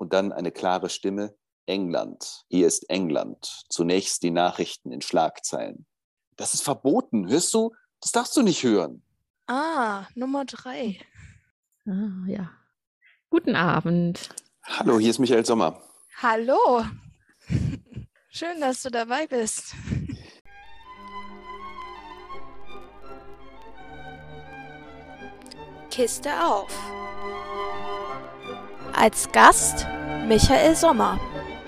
Und dann eine klare Stimme. England, hier ist England. Zunächst die Nachrichten in Schlagzeilen. Das ist verboten, hörst du? Das darfst du nicht hören. Nummer 3. Ja. Guten Abend. Hallo, hier ist Michael Sommer. Hallo. Schön, dass du dabei bist. Kiste auf. Als Gast Michael Sommer.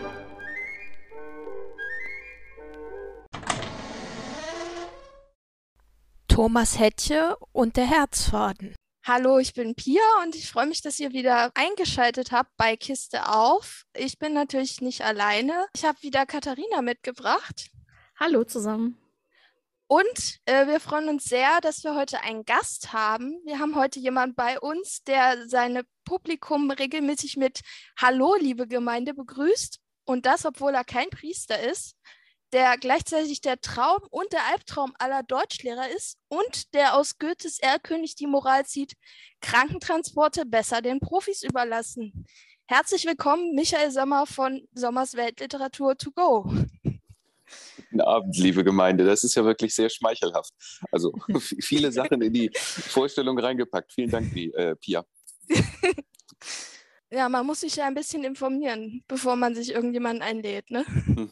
Thomas Hettche und der Herzfaden. Hallo, ich bin Pia und ich freue mich, dass ihr wieder eingeschaltet habt bei Kiste auf. Ich bin natürlich nicht alleine. Ich habe wieder Katharina mitgebracht. Hallo zusammen. Und wir freuen uns sehr, dass wir heute einen Gast haben. Wir haben heute jemanden bei uns, der sein Publikum regelmäßig mit Hallo, liebe Gemeinde begrüßt. Und das, obwohl er kein Priester ist, der gleichzeitig der Traum und der Albtraum aller Deutschlehrer ist und der aus Goethes Erlkönig die Moral zieht, Krankentransporte besser den Profis überlassen. Herzlich willkommen, Michael Sommer von Sommers Weltliteratur to go. Guten Abend, liebe Gemeinde. Das ist ja wirklich sehr schmeichelhaft. Also viele Sachen in die Vorstellung reingepackt. Vielen Dank, Pia. Ja, man muss sich ja ein bisschen informieren, bevor man sich irgendjemanden einlädt, ne?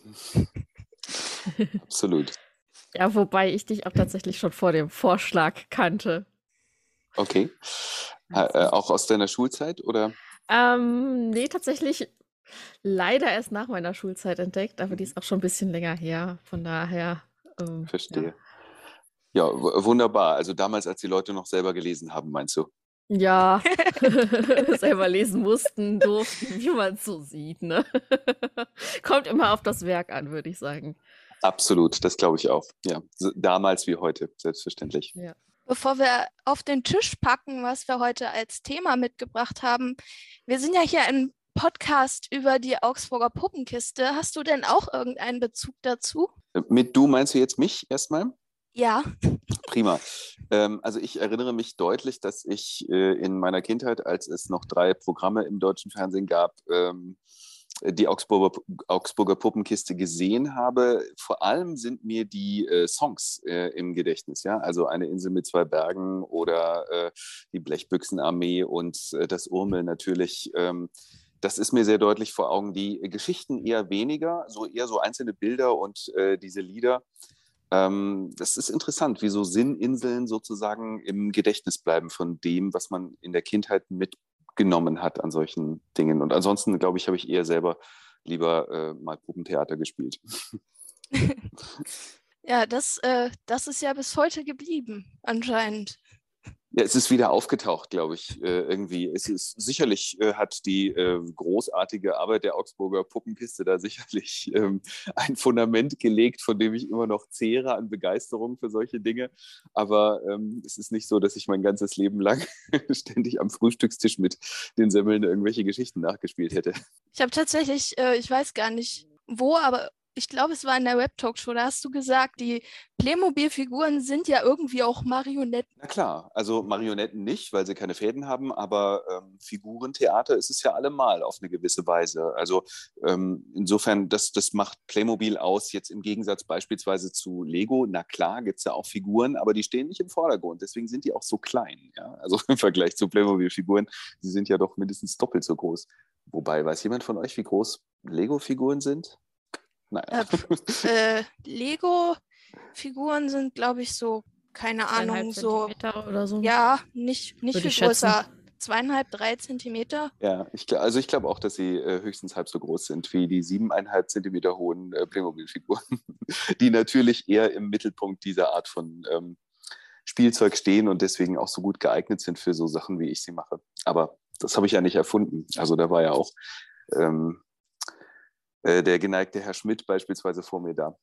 Absolut. Ja, wobei ich dich auch tatsächlich schon vor dem Vorschlag kannte. Okay. Auch aus deiner Schulzeit, oder? Nee, tatsächlich leider erst nach meiner Schulzeit entdeckt, aber die ist auch schon ein bisschen länger her. Von daher. Verstehe. Ja, wunderbar. Also damals, als die Leute noch selber gelesen haben, meinst du? Ja, selber lesen mussten, durften, wie man es so sieht, ne? Kommt immer auf das Werk an, würde ich sagen. Absolut, das glaube ich auch. Ja, damals wie heute, selbstverständlich. Ja. Bevor wir auf den Tisch packen, was wir heute als Thema mitgebracht haben, wir sind ja hier ein Podcast über die Augsburger Puppenkiste. Hast du denn auch irgendeinen Bezug dazu? Mit du meinst du jetzt mich erstmal? Ja. Prima. Also ich erinnere mich deutlich, dass ich in meiner Kindheit, als es noch 3 Programme im deutschen Fernsehen gab, die Augsburger Puppenkiste gesehen habe. Vor allem sind mir die Songs im Gedächtnis. Ja? Also Eine Insel mit 2 Bergen oder die Blechbüchsenarmee und das Urmel natürlich. Das ist mir sehr deutlich vor Augen. Die Geschichten eher weniger, eher so einzelne Bilder und diese Lieder. Das ist interessant, wie so Sinninseln sozusagen im Gedächtnis bleiben von dem, was man in der Kindheit mitgenommen hat an solchen Dingen. Und ansonsten, glaube ich, habe ich eher selber lieber mal Puppentheater gespielt. Ja, das ist ja bis heute geblieben, anscheinend. Ja, es ist wieder aufgetaucht, glaube ich, irgendwie. Es ist sicherlich hat die großartige Arbeit der Augsburger Puppenkiste da sicherlich ein Fundament gelegt, von dem ich immer noch zehre an Begeisterung für solche Dinge. Aber es ist nicht so, dass ich mein ganzes Leben lang ständig am Frühstückstisch mit den Semmeln irgendwelche Geschichten nachgespielt hätte. Ich habe tatsächlich, ich weiß gar nicht wo, aber ich glaube, es war in der Web-Talkshow, da hast du gesagt, die Playmobil-Figuren sind ja irgendwie auch Marionetten. Na klar, also Marionetten nicht, weil sie keine Fäden haben, aber Figurentheater ist es ja allemal auf eine gewisse Weise. Also insofern, das macht Playmobil aus, jetzt im Gegensatz beispielsweise zu Lego. Na klar, gibt es ja auch Figuren, aber die stehen nicht im Vordergrund, deswegen sind die auch so klein. Ja? Also im Vergleich zu Playmobil-Figuren, die sind ja doch mindestens doppelt so groß. Wobei, weiß jemand von euch, wie groß Lego-Figuren sind? Naja. Lego-Figuren sind, glaube ich, so, keine Ahnung, so. Zentimeter oder so. Ja, nicht Würde viel ich schätzen. größer. 2,5, 3 Zentimeter. Ja, ich glaube auch, dass sie höchstens halb so groß sind wie die 7,5 Zentimeter hohen Playmobil-Figuren, die natürlich eher im Mittelpunkt dieser Art von Spielzeug stehen und deswegen auch so gut geeignet sind für so Sachen, wie ich sie mache. Aber das habe ich ja nicht erfunden. Also da war ja auch der geneigte Herr Schmidt beispielsweise vor mir da.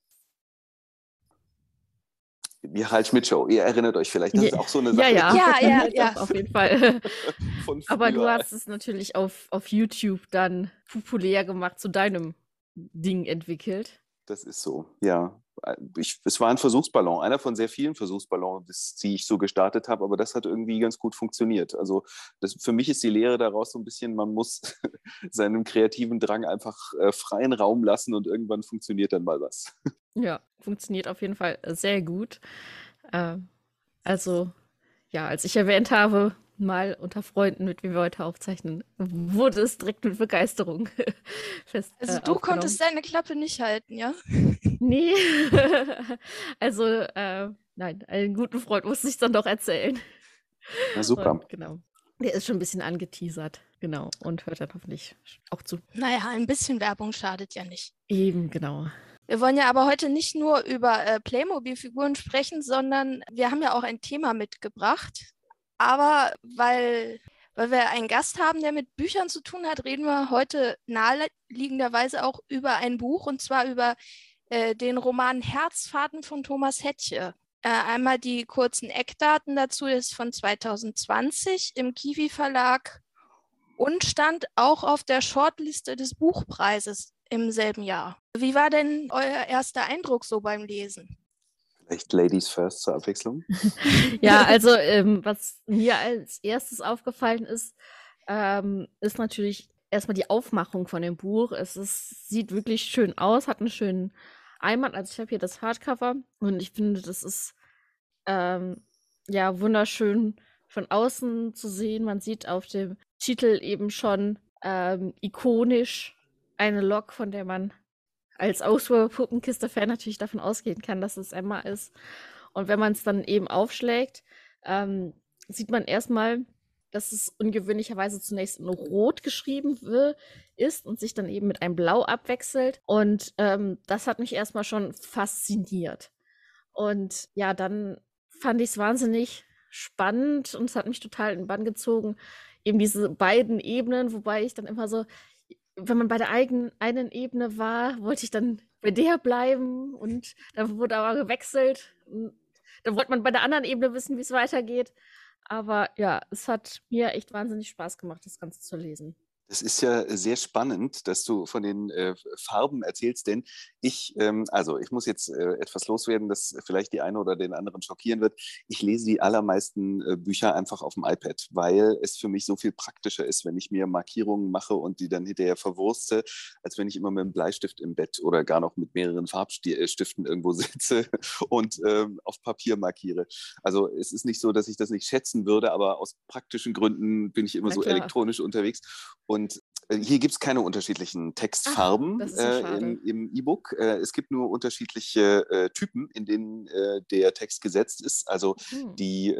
Die Harald Schmidt Show, ihr erinnert euch vielleicht, das ist auch so eine Sache. Ja. Doch, auf jeden Fall. Von Aber du früher. hast es natürlich auf YouTube dann populär gemacht, zu deinem Ding entwickelt. Das ist so, ja. Es war ein Versuchsballon, einer von sehr vielen Versuchsballons, die ich so gestartet habe, aber das hat irgendwie ganz gut funktioniert. Also für mich ist die Lehre daraus so ein bisschen, man muss seinem kreativen Drang einfach freien Raum lassen und irgendwann funktioniert dann mal was. Ja, funktioniert auf jeden Fall sehr gut. Äh, also, ja, als ich erwähnt habe, mal unter Freunden, mit wem wir heute aufzeichnen, wurde es direkt mit Begeisterung fest Also du aufgenommen. konntest deine Klappe nicht halten, ja? Nee, also nein, einen guten Freund musste ich dann doch erzählen. Na super. Und genau, der ist schon ein bisschen angeteasert, genau, und hört dann hoffentlich auch zu. Naja, ein bisschen Werbung schadet ja nicht. Eben, genau. Wir wollen ja aber heute nicht nur über Playmobil-Figuren sprechen, sondern wir haben ja auch ein Thema mitgebracht. Aber weil wir einen Gast haben, der mit Büchern zu tun hat, reden wir heute naheliegenderweise auch über ein Buch, und zwar über den Roman Herzfahrten von Thomas Hettche. Einmal die kurzen Eckdaten dazu, ist von 2020 im Kiwi Verlag und stand auch auf der Shortliste des Buchpreises im selben Jahr. Wie war denn euer erster Eindruck so beim Lesen? Vielleicht Ladies first zur Abwechslung. Ja, also was mir als erstes aufgefallen ist, ist natürlich erstmal die Aufmachung von dem Buch. Sieht wirklich schön aus, hat einen schönen Einband. Also ich habe hier das Hardcover und ich finde, das ist ja wunderschön von außen zu sehen. Man sieht auf dem Titel eben schon ikonisch eine Lok, von der man als Augsburger Puppenkiste-Fan natürlich davon ausgehen kann, dass es Emma ist. Und wenn man es dann eben aufschlägt, sieht man erstmal, dass es ungewöhnlicherweise zunächst in Rot geschrieben ist und sich dann eben mit einem Blau abwechselt. Und das hat mich erstmal schon fasziniert. Und ja, dann fand ich es wahnsinnig spannend und es hat mich total in den Bann gezogen, eben diese beiden Ebenen, wobei ich dann immer so, wenn man bei der einen Ebene war, wollte ich dann bei der bleiben und dann wurde aber gewechselt. Und dann wollte man bei der anderen Ebene wissen, wie es weitergeht. Aber ja, es hat mir echt wahnsinnig Spaß gemacht, das Ganze zu lesen. Das ist ja sehr spannend, dass du von den Farben erzählst, denn ich muss jetzt etwas loswerden, das vielleicht die eine oder den anderen schockieren wird. Ich lese die allermeisten Bücher einfach auf dem iPad, weil es für mich so viel praktischer ist, wenn ich mir Markierungen mache und die dann hinterher verwurste, als wenn ich immer mit einem Bleistift im Bett oder gar noch mit mehreren Farbstiften irgendwo sitze und auf Papier markiere. Also es ist nicht so, dass ich das nicht schätzen würde, aber aus praktischen Gründen bin ich immer so elektronisch unterwegs. Und hier gibt es keine unterschiedlichen Textfarben im E-Book. Es gibt nur unterschiedliche Typen, in denen der Text gesetzt ist. Also die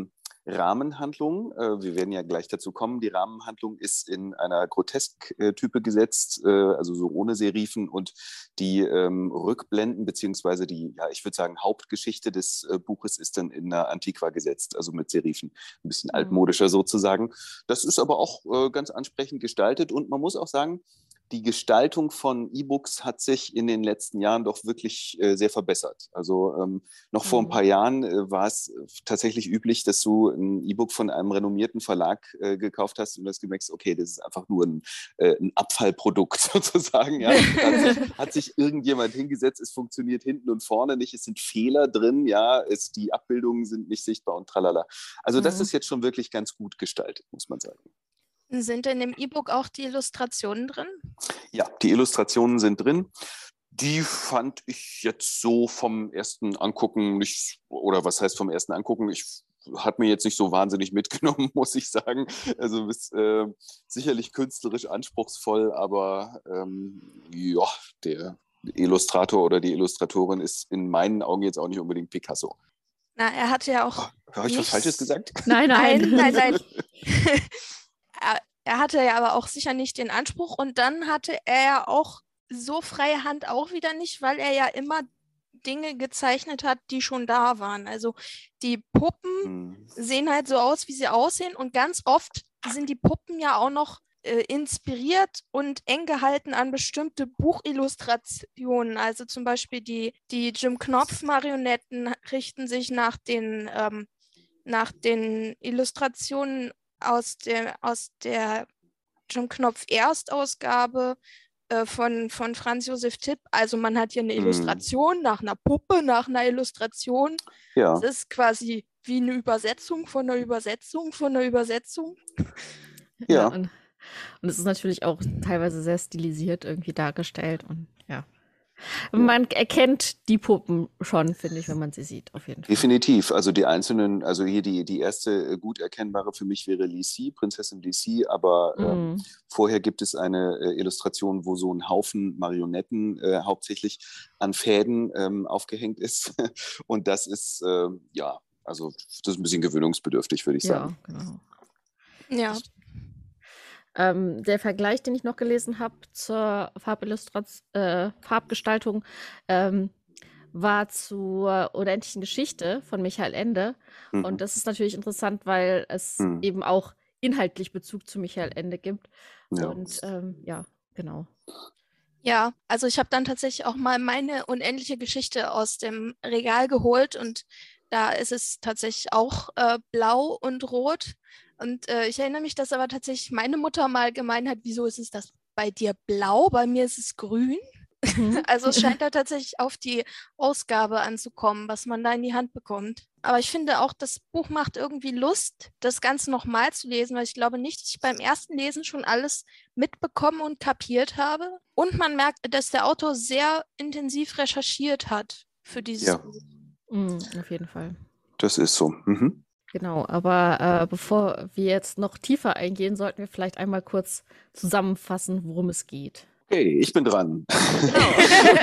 Rahmenhandlung, wir werden ja gleich dazu kommen, die Rahmenhandlung ist in einer Grotesk-Type gesetzt, also so ohne Serifen, und die Rückblenden beziehungsweise die, ja, ich würde sagen, Hauptgeschichte des Buches ist dann in einer Antiqua gesetzt, also mit Serifen, ein bisschen altmodischer sozusagen. Das ist aber auch ganz ansprechend gestaltet und man muss auch sagen, die Gestaltung von E-Books hat sich in den letzten Jahren doch wirklich sehr verbessert. Also noch vor ein paar Jahren war es tatsächlich üblich, dass du ein E-Book von einem renommierten Verlag gekauft hast und hast gemerkt, okay, das ist einfach nur ein Abfallprodukt sozusagen. Ja? Hat sich irgendjemand hingesetzt, es funktioniert hinten und vorne nicht, es sind Fehler drin, ja, die Abbildungen sind nicht sichtbar und tralala. Also das ist jetzt schon wirklich ganz gut gestaltet, muss man sagen. Sind denn im E-Book auch die Illustrationen drin? Ja, die Illustrationen sind drin. Die fand ich jetzt so vom ersten Angucken nicht, oder was heißt vom ersten Angucken? Hat mir jetzt nicht so wahnsinnig mitgenommen, muss ich sagen. Also ist sicherlich künstlerisch anspruchsvoll, aber ja, der Illustrator oder die Illustratorin ist in meinen Augen jetzt auch nicht unbedingt Picasso. Na, er hatte ja auch. Habe ich was Falsches gesagt? Nein. Er hatte ja aber auch sicher nicht den Anspruch und dann hatte er ja auch so freie Hand auch wieder nicht, weil er ja immer Dinge gezeichnet hat, die schon da waren. Also die Puppen sehen halt so aus, wie sie aussehen und ganz oft sind die Puppen ja auch noch inspiriert und eng gehalten an bestimmte Buchillustrationen. Also zum Beispiel die Jim Knopf-Marionetten richten sich nach den Illustrationen aus der Jim Knopf Erstausgabe von Franz Josef Tipp. Also man hat hier eine Illustration nach einer Puppe, nach einer Illustration. Ja. Es ist quasi wie eine Übersetzung von einer Übersetzung von einer Übersetzung. Ja. Und es ist natürlich auch teilweise sehr stilisiert irgendwie dargestellt und ja. Man erkennt die Puppen schon, finde ich, wenn man sie sieht, auf jeden Fall. Definitiv. Also die einzelnen, also hier die erste gut erkennbare für mich wäre Lisi, Prinzessin Lisi, aber vorher gibt es eine Illustration, wo so ein Haufen Marionetten hauptsächlich an Fäden aufgehängt ist. Und das ist, also das ist ein bisschen gewöhnungsbedürftig, würde ich sagen. Ja, genau. Ja. Der Vergleich, den ich noch gelesen habe zur Farbgestaltung, war zur Unendlichen Geschichte von Michael Ende. Und das ist natürlich interessant, weil es eben auch inhaltlich Bezug zu Michael Ende gibt. Ja. Und ja, genau. Ja, also ich habe dann tatsächlich auch mal meine Unendliche Geschichte aus dem Regal geholt und da ist es tatsächlich auch blau und rot. Und ich erinnere mich, dass aber tatsächlich meine Mutter mal gemeint hat, wieso ist es das bei dir blau? Bei mir ist es grün. Also es scheint da tatsächlich auf die Ausgabe anzukommen, was man da in die Hand bekommt. Aber ich finde auch, das Buch macht irgendwie Lust, das Ganze nochmal zu lesen, weil ich glaube nicht, dass ich beim ersten Lesen schon alles mitbekommen und kapiert habe. Und man merkt, dass der Autor sehr intensiv recherchiert hat für dieses Buch. Auf jeden Fall. Das ist so. Genau, aber bevor wir jetzt noch tiefer eingehen, sollten wir vielleicht einmal kurz zusammenfassen, worum es geht. Okay, ich bin dran. Genau.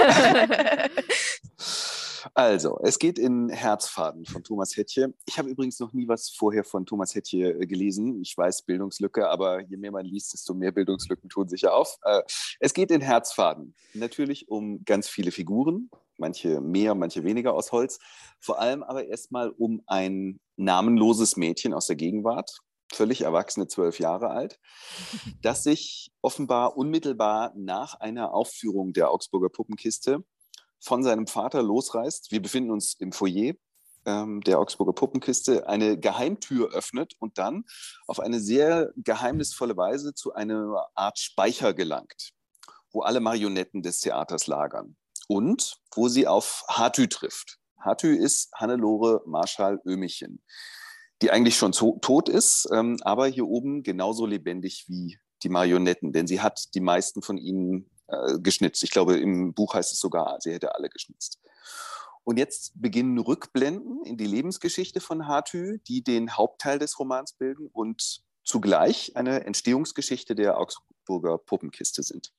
Also, es geht in Herzfaden von Thomas Hettche. Ich habe übrigens noch nie was vorher von Thomas Hettche gelesen. Ich weiß, Bildungslücke, aber je mehr man liest, desto mehr Bildungslücken tun sich ja auf. Es geht in Herzfaden natürlich um ganz viele Figuren, manche mehr, manche weniger aus Holz. Vor allem aber erstmal um ein namenloses Mädchen aus der Gegenwart, völlig erwachsene, 12 Jahre alt, das sich offenbar unmittelbar nach einer Aufführung der Augsburger Puppenkiste von seinem Vater losreißt. Wir befinden uns im Foyer der Augsburger Puppenkiste, eine Geheimtür öffnet und dann auf eine sehr geheimnisvolle Weise zu einer Art Speicher gelangt, wo alle Marionetten des Theaters lagern und wo sie auf Hatü trifft. Hatü ist Hannelore Marschall-Ömichen, die eigentlich schon tot ist, aber hier oben genauso lebendig wie die Marionetten, denn sie hat die meisten von ihnen geschnitzt. Ich glaube, im Buch heißt es sogar, sie hätte alle geschnitzt. Und jetzt beginnen Rückblenden in die Lebensgeschichte von Hatü, die den Hauptteil des Romans bilden und zugleich eine Entstehungsgeschichte der Augsburger Puppenkiste sind.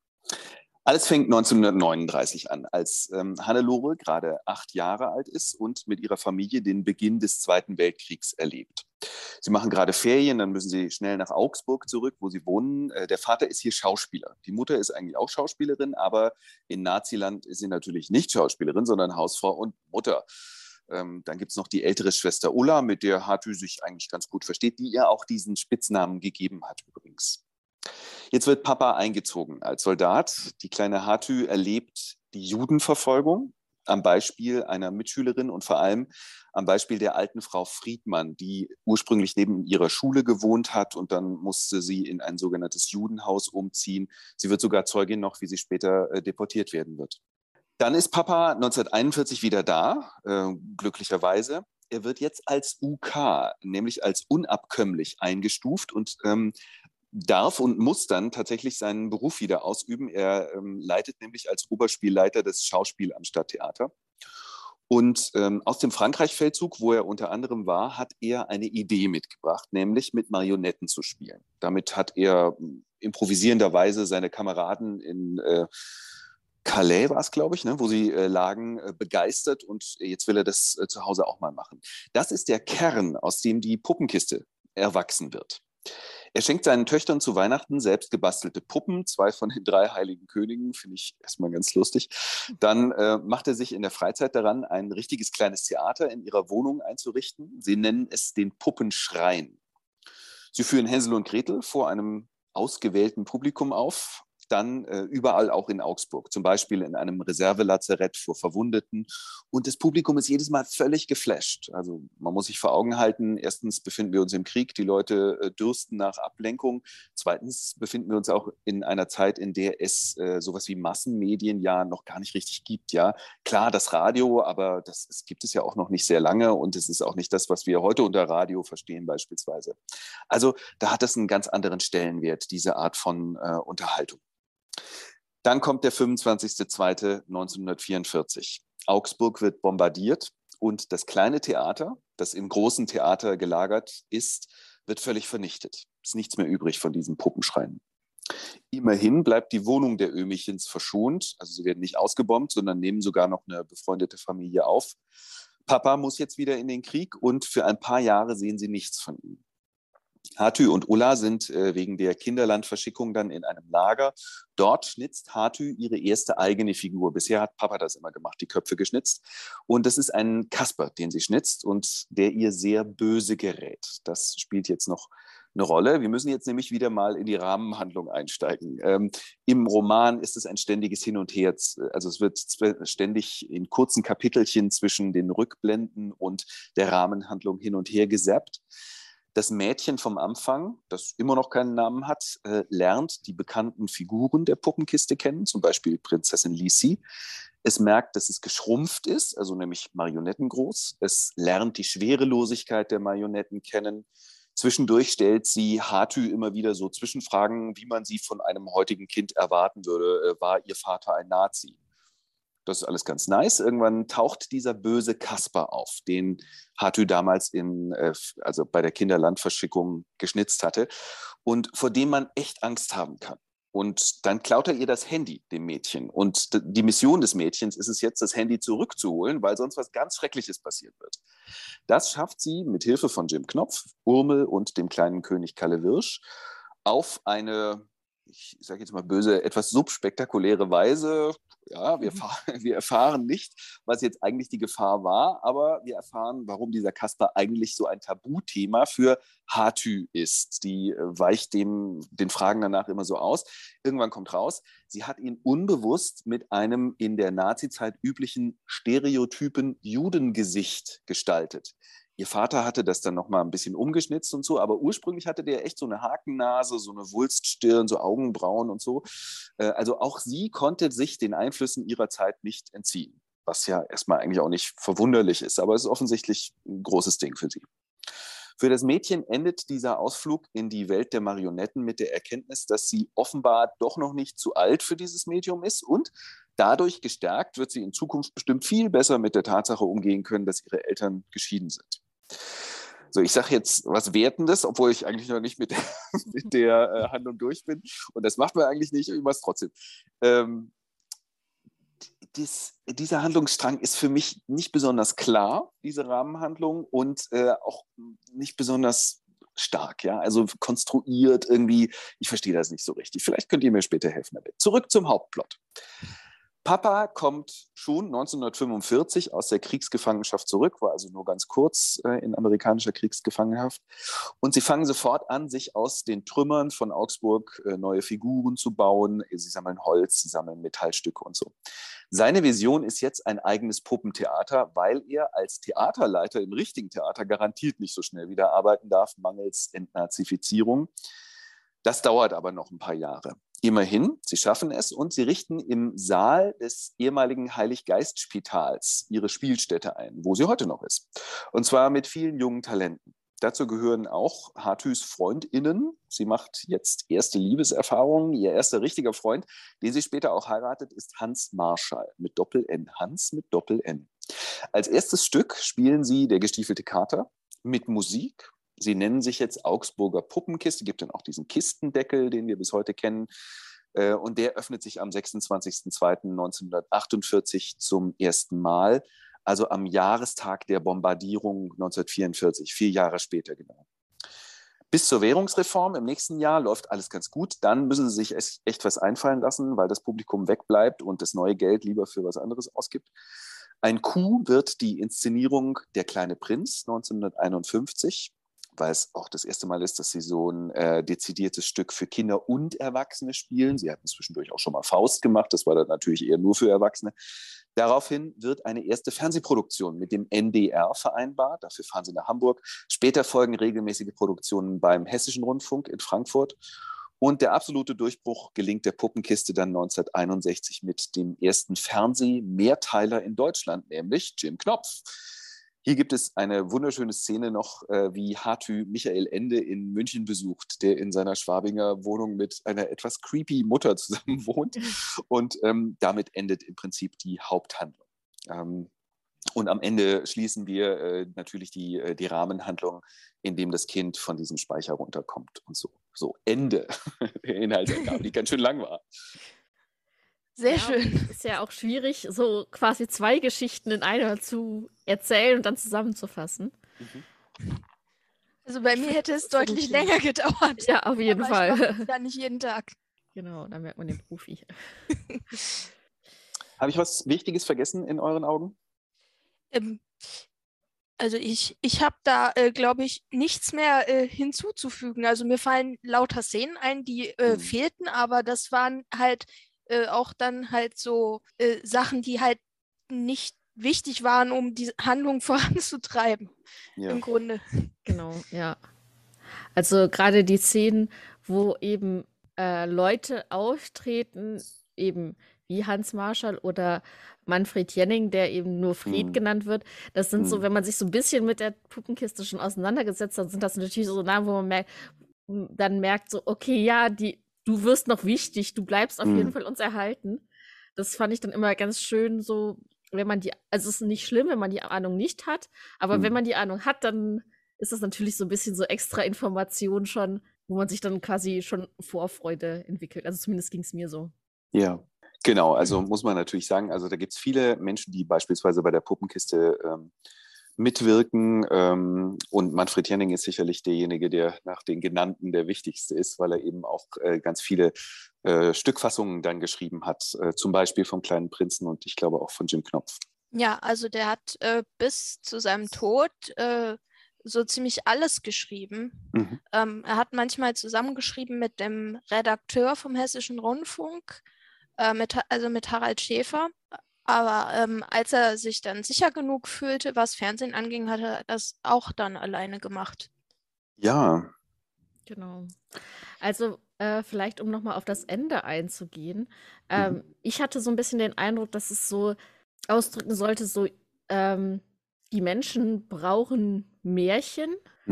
Alles fängt 1939 an, als Hannelore gerade 8 Jahre alt ist und mit ihrer Familie den Beginn des Zweiten Weltkriegs erlebt. Sie machen gerade Ferien, dann müssen sie schnell nach Augsburg zurück, wo sie wohnen. Der Vater ist hier Schauspieler. Die Mutter ist eigentlich auch Schauspielerin, aber in Naziland ist sie natürlich nicht Schauspielerin, sondern Hausfrau und Mutter. Dann gibt es noch die ältere Schwester Ulla, mit der Hatü sich eigentlich ganz gut versteht, die ihr auch diesen Spitznamen gegeben hat übrigens. Jetzt wird Papa eingezogen als Soldat. Die kleine Hatü erlebt die Judenverfolgung am Beispiel einer Mitschülerin und vor allem am Beispiel der alten Frau Friedmann, die ursprünglich neben ihrer Schule gewohnt hat und dann musste sie in ein sogenanntes Judenhaus umziehen. Sie wird sogar Zeugin noch, wie sie später deportiert werden wird. Dann ist Papa 1941 wieder da, glücklicherweise. Er wird jetzt als UK, nämlich als unabkömmlich eingestuft und darf und muss dann tatsächlich seinen Beruf wieder ausüben. Er leitet nämlich als Oberspielleiter das Schauspiel am Stadttheater. Und aus dem Frankreich-Feldzug, wo er unter anderem war, hat er eine Idee mitgebracht, nämlich mit Marionetten zu spielen. Damit hat er improvisierenderweise seine Kameraden in Calais war es, glaube ich, ne, wo sie lagen, begeistert und jetzt will er das zu Hause auch mal machen. Das ist der Kern, aus dem die Puppenkiste erwachsen wird. Er schenkt seinen Töchtern zu Weihnachten selbst gebastelte Puppen, 2 von den 3 heiligen Königen, finde ich erstmal ganz lustig. Dann macht er sich in der Freizeit daran, ein richtiges kleines Theater in ihrer Wohnung einzurichten. Sie nennen es den Puppenschrein. Sie führen Hänsel und Gretel vor einem ausgewählten Publikum auf. dann überall auch in Augsburg, zum Beispiel in einem Reservelazarett für Verwundeten. Und das Publikum ist jedes Mal völlig geflasht. Also man muss sich vor Augen halten, erstens befinden wir uns im Krieg, die Leute dürsten nach Ablenkung. Zweitens befinden wir uns auch in einer Zeit, in der es sowas wie Massenmedien ja noch gar nicht richtig gibt. Ja, klar, das Radio, aber das gibt es ja auch noch nicht sehr lange und es ist auch nicht das, was wir heute unter Radio verstehen beispielsweise. Also da hat es einen ganz anderen Stellenwert, diese Art von Unterhaltung. Dann kommt der 25.02.1944. Augsburg wird bombardiert und das kleine Theater, das im großen Theater gelagert ist, wird völlig vernichtet. Es ist nichts mehr übrig von diesen Puppenschreien. Immerhin bleibt die Wohnung der Ömichens verschont. Also sie werden nicht ausgebombt, sondern nehmen sogar noch eine befreundete Familie auf. Papa muss jetzt wieder in den Krieg und für ein paar Jahre sehen sie nichts von ihm. Hatü und Ulla sind wegen der Kinderlandverschickung dann in einem Lager. Dort schnitzt Hatü ihre erste eigene Figur. Bisher hat Papa das immer gemacht, die Köpfe geschnitzt. Und das ist ein Kasper, den sie schnitzt und der ihr sehr böse gerät. Das spielt jetzt noch eine Rolle. Wir müssen jetzt nämlich wieder mal in die Rahmenhandlung einsteigen. Im Roman ist es ein ständiges Hin und Her. Also es wird ständig in kurzen Kapitelchen zwischen den Rückblenden und der Rahmenhandlung hin und her gesappt. Das Mädchen vom Anfang, das immer noch keinen Namen hat, lernt die bekannten Figuren der Puppenkiste kennen, zum Beispiel Prinzessin Lisi. Es merkt, dass es geschrumpft ist, also nämlich marionettengroß. Es lernt die Schwerelosigkeit der Marionetten kennen. Zwischendurch stellt sie Hatü immer wieder so Zwischenfragen, wie man sie von einem heutigen Kind erwarten würde. War ihr Vater ein Nazi? Das ist alles ganz nice. Irgendwann taucht dieser böse Kasper auf, den Hatü damals also bei der Kinderlandverschickung geschnitzt hatte und vor dem man echt Angst haben kann. Und dann klaut er ihr das Handy, dem Mädchen. Und die Mission des Mädchens ist es jetzt, das Handy zurückzuholen, weil sonst was ganz Schreckliches passieren wird. Das schafft sie mit Hilfe von Jim Knopf, Urmel und dem kleinen König Kalle Wirsch auf eine, ich sage jetzt mal böse, etwas subspektakuläre Weise. Ja, wir erfahren nicht, was jetzt eigentlich die Gefahr war, aber wir erfahren, warum dieser Kasper eigentlich so ein Tabuthema für Hatü ist. Die weicht den Fragen danach immer so aus. Irgendwann kommt raus, sie hat ihn unbewusst mit einem in der Nazizeit üblichen stereotypen Judengesicht gestaltet. Ihr Vater hatte das dann nochmal ein bisschen umgeschnitzt und so, aber ursprünglich hatte der echt so eine Hakennase, so eine Wulststirn, so Augenbrauen und so. Also auch sie konnte sich den Einflüssen ihrer Zeit nicht entziehen, was ja erstmal eigentlich auch nicht verwunderlich ist, aber es ist offensichtlich ein großes Ding für sie. Für das Mädchen endet dieser Ausflug in die Welt der Marionetten mit der Erkenntnis, dass sie offenbar doch noch nicht zu alt für dieses Medium ist und dadurch gestärkt wird sie in Zukunft bestimmt viel besser mit der Tatsache umgehen können, dass ihre Eltern geschieden sind. So, ich sage jetzt was Wertendes, obwohl ich eigentlich noch nicht mit der Handlung durch bin. Und das macht man eigentlich nicht, ich mache es trotzdem. Dieser Handlungsstrang ist für mich nicht besonders klar, diese Rahmenhandlung, und auch nicht besonders stark, ja, also konstruiert irgendwie. Ich verstehe das nicht so richtig. Vielleicht könnt ihr mir später helfen damit. Zurück zum Hauptplot. Papa kommt schon 1945 aus der Kriegsgefangenschaft zurück, war also nur ganz kurz in amerikanischer Kriegsgefangenschaft. Und sie fangen sofort an, sich aus den Trümmern von Augsburg neue Figuren zu bauen. Sie sammeln Holz, sie sammeln Metallstücke und so. Seine Vision ist jetzt ein eigenes Puppentheater, weil er als Theaterleiter im richtigen Theater garantiert nicht so schnell wieder arbeiten darf, mangels Entnazifizierung. Das dauert aber noch ein paar Jahre. Immerhin, sie schaffen es und sie richten im Saal des ehemaligen Heiliggeistspitals ihre Spielstätte ein, wo sie heute noch ist. Und zwar mit vielen jungen Talenten. Dazu gehören auch Hatüs FreundInnen. Sie macht jetzt erste Liebeserfahrungen. Ihr erster richtiger Freund, den sie später auch heiratet, ist Hans Marschall mit Doppel-N. Hans mit Doppel-N. Als erstes Stück spielen sie Der gestiefelte Kater mit Musik. Sie nennen sich jetzt Augsburger Puppenkiste, gibt dann auch diesen Kistendeckel, den wir bis heute kennen. Und der öffnet sich am 26.02.1948 zum ersten Mal, also am Jahrestag der Bombardierung 1944, 4 Jahre später genau. Bis zur Währungsreform im nächsten Jahr läuft alles ganz gut. Dann müssen sie sich echt was einfallen lassen, weil das Publikum wegbleibt und das neue Geld lieber für was anderes ausgibt. Ein Coup wird die Inszenierung Der kleine Prinz 1951. weil es auch das erste Mal ist, dass sie so ein dezidiertes Stück für Kinder und Erwachsene spielen. Sie hatten zwischendurch auch schon mal Faust gemacht, das war dann natürlich eher nur für Erwachsene. Daraufhin wird eine erste Fernsehproduktion mit dem NDR vereinbart. Dafür fahren sie nach Hamburg. Später folgen regelmäßige Produktionen beim Hessischen Rundfunk in Frankfurt. Und der absolute Durchbruch gelingt der Puppenkiste dann 1961 mit dem ersten Fernseh-Mehrteiler in Deutschland, nämlich Jim Knopf. Hier gibt es eine wunderschöne Szene noch, wie Hatü Michael Ende in München besucht, der in seiner Schwabinger Wohnung mit einer etwas creepy Mutter zusammen wohnt. Und damit endet im Prinzip die Haupthandlung. Und am Ende schließen wir natürlich die Rahmenhandlung, indem das Kind von diesem Speicher runterkommt und so. So, Ende der Inhaltsangabe, die ganz schön lang war. Sehr schön. Ist ja auch schwierig, so quasi 2 Geschichten in einer zu erzählen und dann zusammenzufassen. Also bei mir hätte es deutlich länger gedauert. Ja, auf jeden Fall. Ich mache das ja nicht jeden Tag. Genau, da merkt man den Profi. Habe ich was Wichtiges vergessen in euren Augen? Also ich habe da, glaube ich, nichts mehr hinzuzufügen. Also mir fallen lauter Szenen ein, die fehlten, aber das waren halt auch dann halt so Sachen, die halt nicht wichtig waren, um die Handlung voranzutreiben, im Grunde. Genau, ja. Also gerade die Szenen, wo eben Leute auftreten, eben wie Hans Marschall oder Manfred Jenning, der eben nur Fred genannt wird. Das sind so, wenn man sich so ein bisschen mit der Puppenkiste schon auseinandergesetzt hat, sind das natürlich so Namen, wo man dann merkt so, okay, ja, du wirst noch wichtig, du bleibst auf jeden Fall uns erhalten. Das fand ich dann immer ganz schön so, also es ist nicht schlimm, wenn man die Ahnung nicht hat, aber wenn man die Ahnung hat, dann ist das natürlich so ein bisschen so extra Information schon, wo man sich dann quasi schon Vorfreude entwickelt. Also zumindest ging es mir so. Ja, genau. Also muss man natürlich sagen, also da gibt es viele Menschen, die beispielsweise bei der Puppenkiste mitwirken. Und Manfred Jenning ist sicherlich derjenige, der nach den Genannten der wichtigste ist, weil er eben auch ganz viele Stückfassungen dann geschrieben hat, zum Beispiel vom Kleinen Prinzen und ich glaube auch von Jim Knopf. Ja, also der hat bis zu seinem Tod so ziemlich alles geschrieben. Er hat manchmal zusammengeschrieben mit dem Redakteur vom Hessischen Rundfunk, mit Harald Schäfer. Aber als er sich dann sicher genug fühlte, was Fernsehen anging, hat er das auch dann alleine gemacht. Ja. Genau. Also vielleicht, um nochmal auf das Ende einzugehen. Ich hatte so ein bisschen den Eindruck, dass es so ausdrücken sollte, so die Menschen brauchen Märchen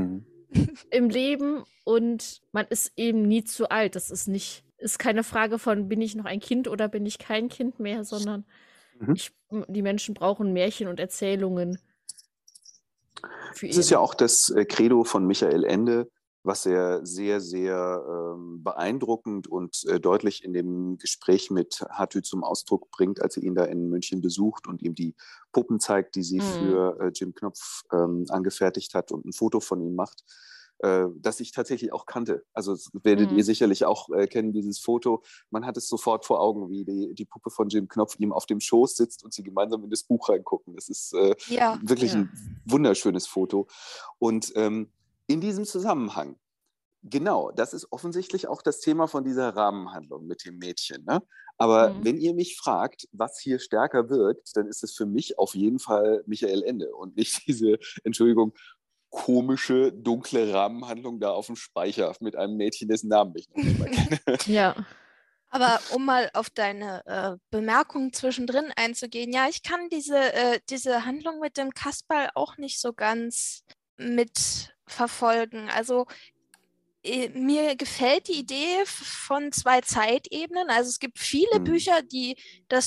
im Leben und man ist eben nie zu alt. Das ist keine Frage von, bin ich noch ein Kind oder bin ich kein Kind mehr, sondern die Menschen brauchen Märchen und Erzählungen. Es ist ja auch das Credo von Michael Ende, was er sehr, sehr beeindruckend und deutlich in dem Gespräch mit Hatü zum Ausdruck bringt, als er ihn da in München besucht und ihm die Puppen zeigt, die sie für Jim Knopf angefertigt hat und ein Foto von ihm macht, das ich tatsächlich auch kannte. Also das werdet ihr sicherlich auch kennen, dieses Foto. Man hat es sofort vor Augen, wie die Puppe von Jim Knopf ihm auf dem Schoß sitzt und sie gemeinsam in das Buch reingucken. Das ist wirklich ein wunderschönes Foto. Und in diesem Zusammenhang, genau, das ist offensichtlich auch das Thema von dieser Rahmenhandlung mit dem Mädchen. Ne? Aber wenn ihr mich fragt, was hier stärker wirkt, dann ist es für mich auf jeden Fall Michael Ende und nicht diese, Entschuldigung, komische, dunkle Rahmenhandlung da auf dem Speicher mit einem Mädchen, dessen Namen ich noch nicht mal kenne. Ja. Aber um mal auf deine Bemerkung zwischendrin einzugehen, ja, ich kann diese Handlung mit dem Kasperl auch nicht so ganz mitverfolgen. Also mir gefällt die Idee von 2 Zeitebenen. Also es gibt viele Bücher, die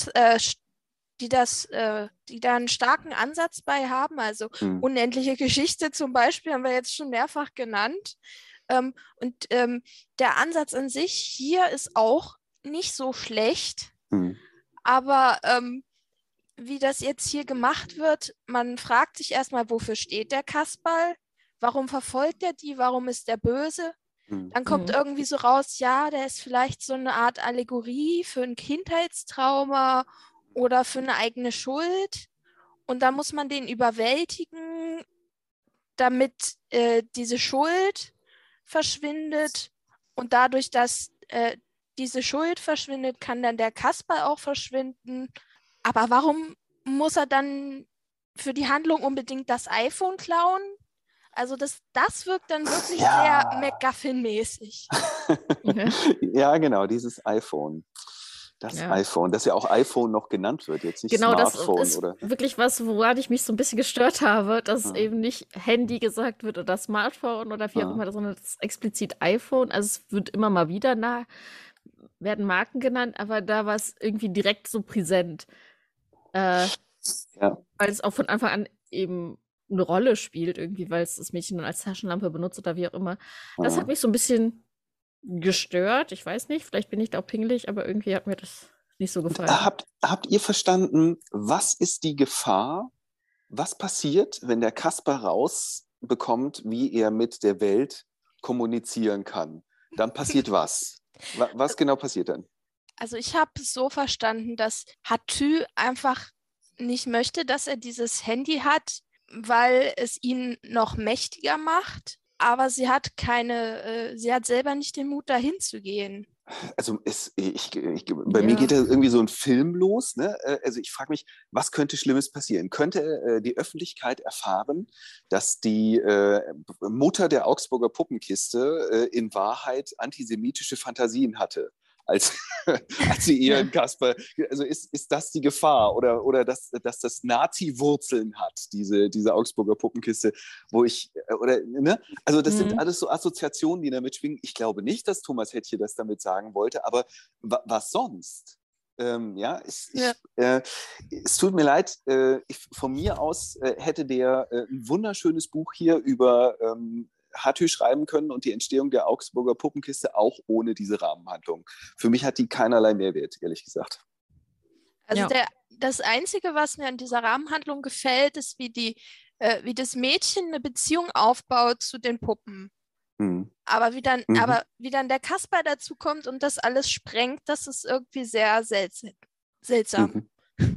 da einen starken Ansatz bei haben. Also Unendliche Geschichte zum Beispiel haben wir jetzt schon mehrfach genannt. Und der Ansatz an sich hier ist auch nicht so schlecht. Aber wie das jetzt hier gemacht wird, man fragt sich erstmal, wofür steht der Kasperl? Warum verfolgt er die? Warum ist der böse? Dann kommt irgendwie so raus, ja, der ist vielleicht so eine Art Allegorie für ein Kindheitstrauma oder für eine eigene Schuld. Und dann muss man den überwältigen, damit diese Schuld verschwindet und dadurch, dass diese Schuld verschwindet, kann dann der Kasper auch verschwinden. Aber warum muss er dann für die Handlung unbedingt das iPhone klauen? Also das wirkt dann wirklich sehr MacGuffin-mäßig. Ja, genau, dieses iPhone. Das iPhone, das ja auch iPhone noch genannt wird, jetzt nicht Genau, Smartphone. Das ist oder wirklich was, woran ich mich so ein bisschen gestört habe, dass eben nicht Handy gesagt wird oder Smartphone oder wie auch immer, sondern das ist explizit iPhone. Also es wird immer mal wieder werden Marken genannt, aber da war es irgendwie direkt so präsent. Weil es auch von Anfang an eben eine Rolle spielt, irgendwie, weil es das Mädchen dann als Taschenlampe benutzt oder wie auch immer. Das hat mich so ein bisschen gestört. Ich weiß nicht, vielleicht bin ich da auch pingelig, aber irgendwie hat mir das nicht so gefallen. Habt ihr verstanden, was ist die Gefahr? Was passiert, wenn der Kasper rausbekommt, wie er mit der Welt kommunizieren kann? Dann passiert was? Was genau passiert dann? Also ich habe es so verstanden, dass Hatü einfach nicht möchte, dass er dieses Handy hat, weil es ihn noch mächtiger macht. Aber sie hat selber nicht den Mut, dahin zu gehen. Also bei mir geht da irgendwie so ein Film los. Ne? Also ich frage mich, was könnte Schlimmes passieren? Könnte die Öffentlichkeit erfahren, dass die Mutter der Augsburger Puppenkiste in Wahrheit antisemitische Fantasien hatte? Als sie ihren Kasper, also ist das die Gefahr oder dass das Nazi-Wurzeln hat, diese Augsburger Puppenkiste, ne? Also das sind alles so Assoziationen, die damit schwingen. Ich glaube nicht, dass Thomas Hettche das damit sagen wollte, aber was sonst? Es tut mir leid, von mir aus hätte der ein wunderschönes Buch hier über Hatü schreiben können und die Entstehung der Augsburger Puppenkiste auch ohne diese Rahmenhandlung. Für mich hat die keinerlei Mehrwert, ehrlich gesagt. Also das Einzige, was mir an dieser Rahmenhandlung gefällt, ist, wie das Mädchen eine Beziehung aufbaut zu den Puppen. Aber wie dann der Kasper dazu kommt und das alles sprengt, das ist irgendwie sehr seltsam.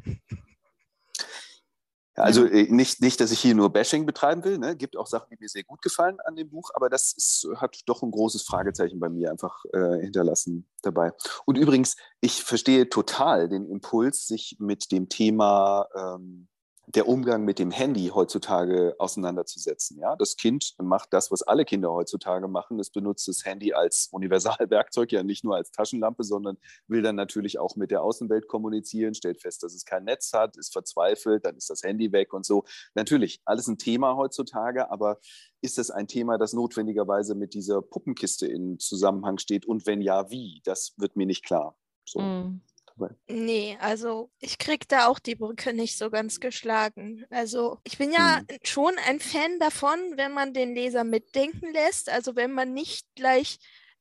Also nicht, dass ich hier nur Bashing betreiben will. Ne? Gibt auch Sachen, die mir sehr gut gefallen an dem Buch, aber hat doch ein großes Fragezeichen bei mir einfach hinterlassen dabei. Und übrigens, ich verstehe total den Impuls, sich mit dem Thema der Umgang mit dem Handy heutzutage auseinanderzusetzen. Ja? Das Kind macht das, was alle Kinder heutzutage machen. Es benutzt das Handy als Universalwerkzeug, ja nicht nur als Taschenlampe, sondern will dann natürlich auch mit der Außenwelt kommunizieren, stellt fest, dass es kein Netz hat, ist verzweifelt, dann ist das Handy weg und so. Natürlich, alles ein Thema heutzutage, aber ist das ein Thema, das notwendigerweise mit dieser Puppenkiste in Zusammenhang steht? Und wenn ja, wie? Das wird mir nicht klar. So. Nee, also ich krieg da auch die Brücke nicht so ganz geschlagen. Also ich bin ja schon ein Fan davon, wenn man den Leser mitdenken lässt. Also wenn man nicht gleich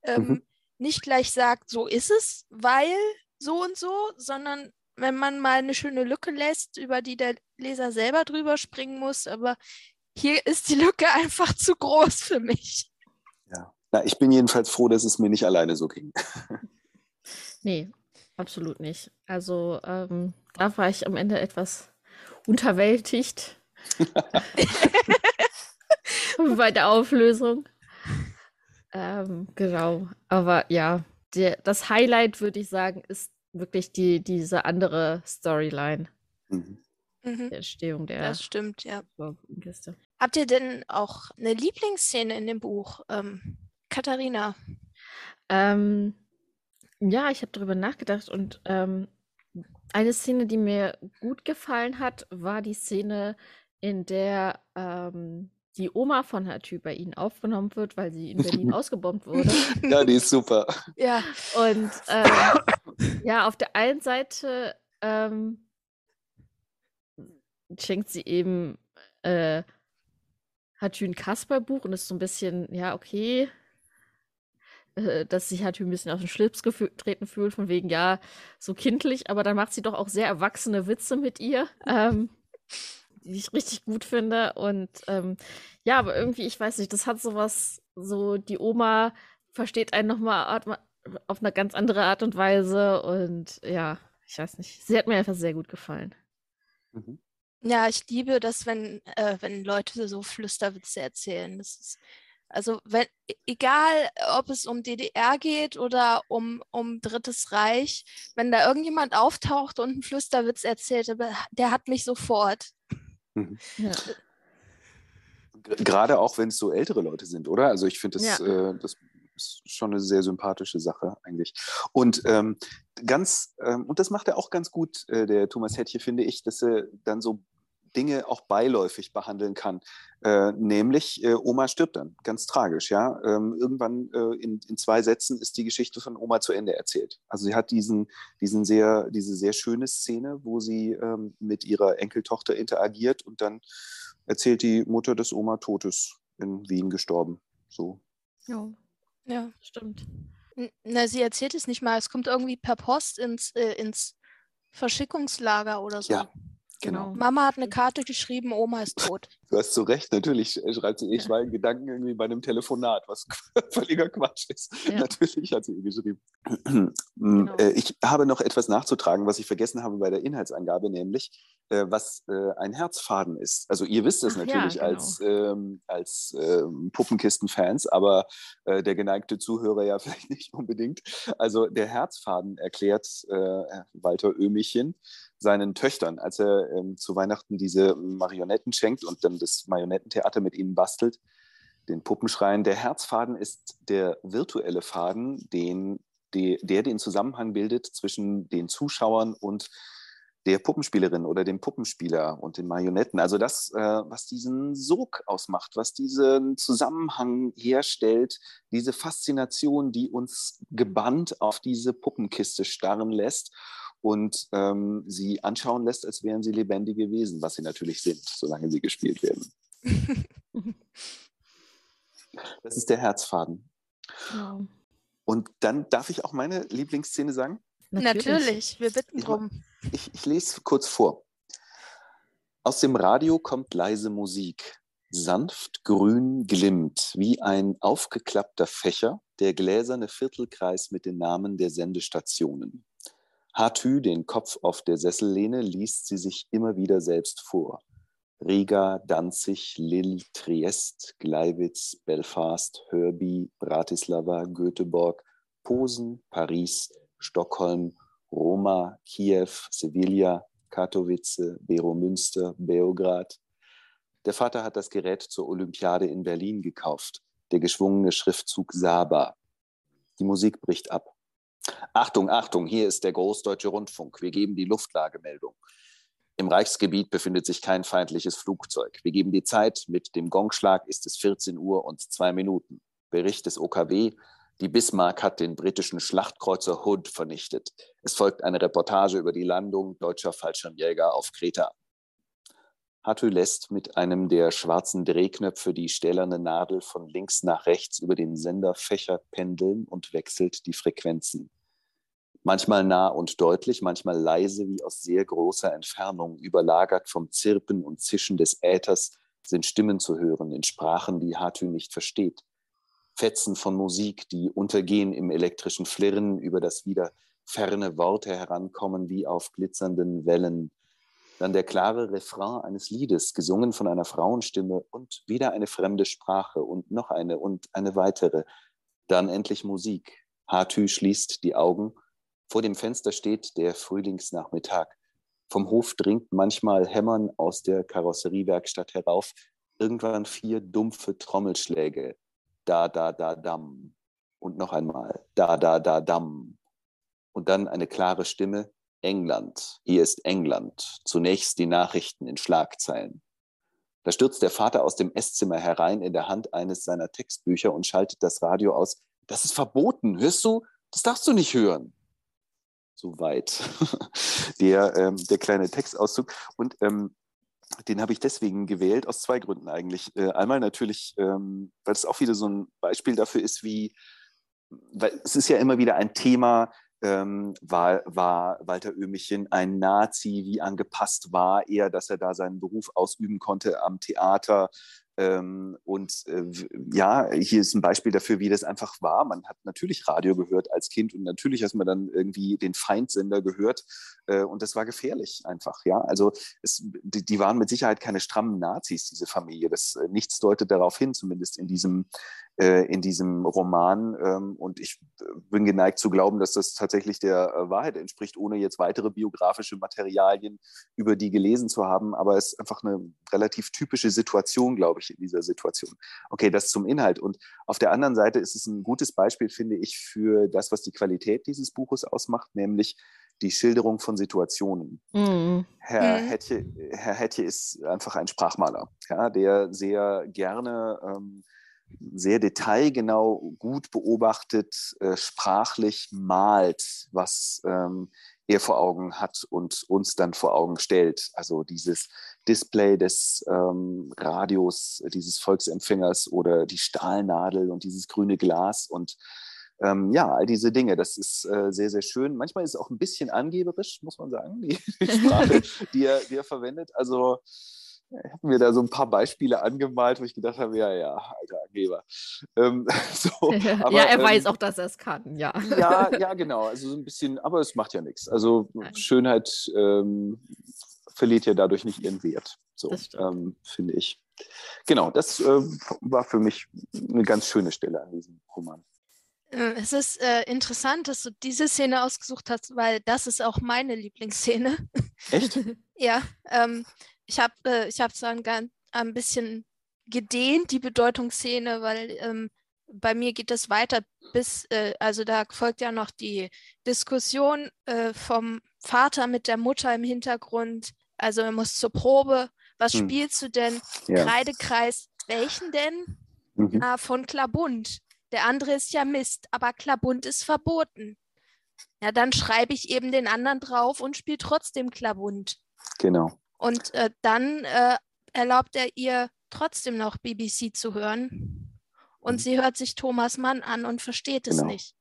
sagt, so ist es, weil so und so, sondern wenn man mal eine schöne Lücke lässt, über die der Leser selber drüber springen muss. Aber hier ist die Lücke einfach zu groß für mich. Ja, ich bin jedenfalls froh, dass es mir nicht alleine so ging. Nee. Absolut nicht. Also da war ich am Ende etwas unterwältigt bei der Auflösung. Genau. Aber ja, das Highlight, würde ich sagen, ist wirklich diese andere Storyline. Der Entstehung der Das stimmt, ja. Kiste. Habt ihr denn auch eine Lieblingsszene in dem Buch, Katharina? Ja, ich habe darüber nachgedacht und eine Szene, die mir gut gefallen hat, war die Szene, in der die Oma von Hatü bei ihnen aufgenommen wird, weil sie in Berlin ausgebombt wurde. Ja, die ist super. Ja. Und auf der einen Seite schenkt sie eben Hatü ein Kasper-Buch und ist so ein bisschen, ja, okay, dass sich halt ein bisschen aus dem Schlips getreten fühlt, von wegen, ja, so kindlich, aber dann macht sie doch auch sehr erwachsene Witze mit ihr, die ich richtig gut finde. Und aber irgendwie, ich weiß nicht, das hat sowas, so die Oma versteht einen nochmal auf eine ganz andere Art und Weise und ja, ich weiß nicht, sie hat mir einfach sehr gut gefallen. Ja, ich liebe das, wenn Leute so Flüsterwitze erzählen. Das ist, also egal, ob es um DDR geht oder um Drittes Reich, wenn da irgendjemand auftaucht und einen Flüsterwitz erzählt, der hat mich sofort. Mhm. Ja. Gerade auch, wenn es so ältere Leute sind, oder? Also ich finde, Ja. das ist schon eine sehr sympathische Sache eigentlich. Und und das macht er auch ganz gut, der Thomas Hettche, finde ich, dass er dann so Dinge auch beiläufig behandeln kann. Nämlich Oma stirbt dann, ganz tragisch, ja. Irgendwann in 2 Sätzen ist die Geschichte von Oma zu Ende erzählt. Also sie hat diese sehr schöne Szene, wo sie mit ihrer Enkeltochter interagiert und dann erzählt die Mutter, dass Oma tot ist, in Wien gestorben. So. Ja. Stimmt. Na, sie erzählt es nicht mal. Es kommt irgendwie per Post ins Verschickungslager oder so. Ja, genau. Mama hat eine Karte geschrieben, Oma ist tot. Du hast so recht, natürlich schreibt sie, ich war in Gedanken irgendwie bei einem Telefonat, was völliger Quatsch ist. Ja. Natürlich hat sie ihr geschrieben. Genau. Ich habe noch etwas nachzutragen, was ich vergessen habe bei der Inhaltsangabe, nämlich was ein Herzfaden ist. Also ihr wisst es natürlich ja, genau. als Puppenkisten-Fans, aber der geneigte Zuhörer ja vielleicht nicht unbedingt. Also der Herzfaden erklärt Walter Oehmichen seinen Töchtern, als er zu Weihnachten diese Marionetten schenkt und dann das Marionettentheater mit ihnen bastelt, den Puppenschrein. Der Herzfaden ist der virtuelle Faden, der den Zusammenhang bildet zwischen den Zuschauern und der Puppenspielerin oder dem Puppenspieler und den Marionetten. Also das, was diesen Sog ausmacht, was diesen Zusammenhang herstellt, diese Faszination, die uns gebannt auf diese Puppenkiste starren lässt und sie anschauen lässt, als wären sie lebendige Wesen, was sie natürlich sind, solange sie gespielt werden. Das ist der Herzfaden. Genau. Und dann darf ich auch meine Lieblingsszene sagen? Natürlich, wir bitten drum. Ich lese kurz vor. Aus dem Radio kommt leise Musik. Sanft grün glimmt, wie ein aufgeklappter Fächer, der gläserne Viertelkreis mit den Namen der Sendestationen. Hatü, den Kopf auf der Sessellehne, liest sie sich immer wieder selbst vor. Riga, Danzig, Lille, Triest, Gleiwitz, Belfast, Hörby, Bratislava, Göteborg, Posen, Paris, Stockholm, Roma, Kiew, Sevilla, Katowice, Beromünster, Beograd. Der Vater hat das Gerät zur Olympiade in Berlin gekauft. Der geschwungene Schriftzug Saba. Die Musik bricht ab. Achtung, Achtung, hier ist der Großdeutsche Rundfunk. Wir geben die Luftlagemeldung. Im Reichsgebiet befindet sich kein feindliches Flugzeug. Wir geben die Zeit. Mit dem Gongschlag ist es 14 Uhr und 2 Minuten. Bericht des OKW. Die Bismarck hat den britischen Schlachtkreuzer Hood vernichtet. Es folgt eine Reportage über die Landung deutscher Fallschirmjäger auf Kreta. Hatü lässt mit einem der schwarzen Drehknöpfe die stählerne Nadel von links nach rechts über den Senderfächer pendeln und wechselt die Frequenzen. Manchmal nah und deutlich, manchmal leise wie aus sehr großer Entfernung, überlagert vom Zirpen und Zischen des Äthers, sind Stimmen zu hören in Sprachen, die Hatü nicht versteht. Fetzen von Musik, die untergehen im elektrischen Flirren, über das wieder ferne Worte herankommen wie auf glitzernden Wellen. Dann der klare Refrain eines Liedes, gesungen von einer Frauenstimme und wieder eine fremde Sprache und noch eine und eine weitere. Dann endlich Musik. Hatü schließt die Augen. Vor dem Fenster steht der Frühlingsnachmittag. Vom Hof dringt manchmal Hämmern aus der Karosseriewerkstatt herauf. Irgendwann 4 dumpfe Trommelschläge. Da, da, da, dam. Und noch einmal. Da, da, da, dam. Und dann eine klare Stimme. England. Hier ist England. Zunächst die Nachrichten in Schlagzeilen. Da stürzt der Vater aus dem Esszimmer herein in der Hand eines seiner Textbücher und schaltet das Radio aus. Das ist verboten. Hörst du? Das darfst du nicht hören. Soweit der kleine Textauszug. Und den habe ich deswegen gewählt, aus 2 Gründen eigentlich. Einmal natürlich, weil es auch wieder so ein Beispiel dafür ist, weil es ist ja immer wieder ein Thema, war Walter Oehmichen ein Nazi, wie angepasst war er, dass er da seinen Beruf ausüben konnte am Theater, Ja, hier ist ein Beispiel dafür, wie das einfach war. Man hat natürlich Radio gehört als Kind und natürlich hat man dann irgendwie den Feindsender gehört und das war gefährlich einfach. Ja, also die waren mit Sicherheit keine strammen Nazis, diese Familie. Nichts deutet darauf hin, zumindest in diesem Roman. Und ich bin geneigt zu glauben, dass das tatsächlich der Wahrheit entspricht, ohne jetzt weitere biografische Materialien über die gelesen zu haben. Aber es ist einfach eine relativ typische Situation, glaube ich, in dieser Situation. Okay, das zum Inhalt. Und auf der anderen Seite ist es ein gutes Beispiel, finde ich, für das, was die Qualität dieses Buches ausmacht, nämlich die Schilderung von Situationen. Herr Hetje ist einfach ein Sprachmaler, ja, der sehr gerne sehr detailgenau, gut beobachtet, sprachlich malt, was er vor Augen hat und uns dann vor Augen stellt. Also dieses Display des Radios, dieses Volksempfängers oder die Stahlnadel und dieses grüne Glas und all diese Dinge, das ist sehr, sehr schön. Manchmal ist es auch ein bisschen angeberisch, muss man sagen, die Sprache, die er verwendet. Also ich habe mir da so ein paar Beispiele angemalt, wo ich gedacht habe, ja, alter Angeber. Aber, er weiß auch, dass er es kann, ja. Ja, genau. Also so ein bisschen, aber es macht ja nichts. Also Schönheit verliert ja dadurch nicht ihren Wert. So, finde ich. Genau, das war für mich eine ganz schöne Stelle an diesem Roman. Es ist interessant, dass du diese Szene ausgesucht hast, weil das ist auch meine Lieblingsszene. Echt? Ja, ich habe so ein bisschen gedehnt, die Bedeutungsszene, weil bei mir geht es weiter also da folgt ja noch die Diskussion vom Vater mit der Mutter im Hintergrund. Also er muss zur Probe. Was spielst du denn? Ja. Kreidekreis. Welchen denn? Von Klabund. Der andere ist ja Mist, aber Klabund ist verboten. Ja, dann schreibe ich eben den anderen drauf und spiele trotzdem Klabund. Genau. Und dann erlaubt er ihr trotzdem noch BBC zu hören. Und sie hört sich Thomas Mann an und versteht es nicht.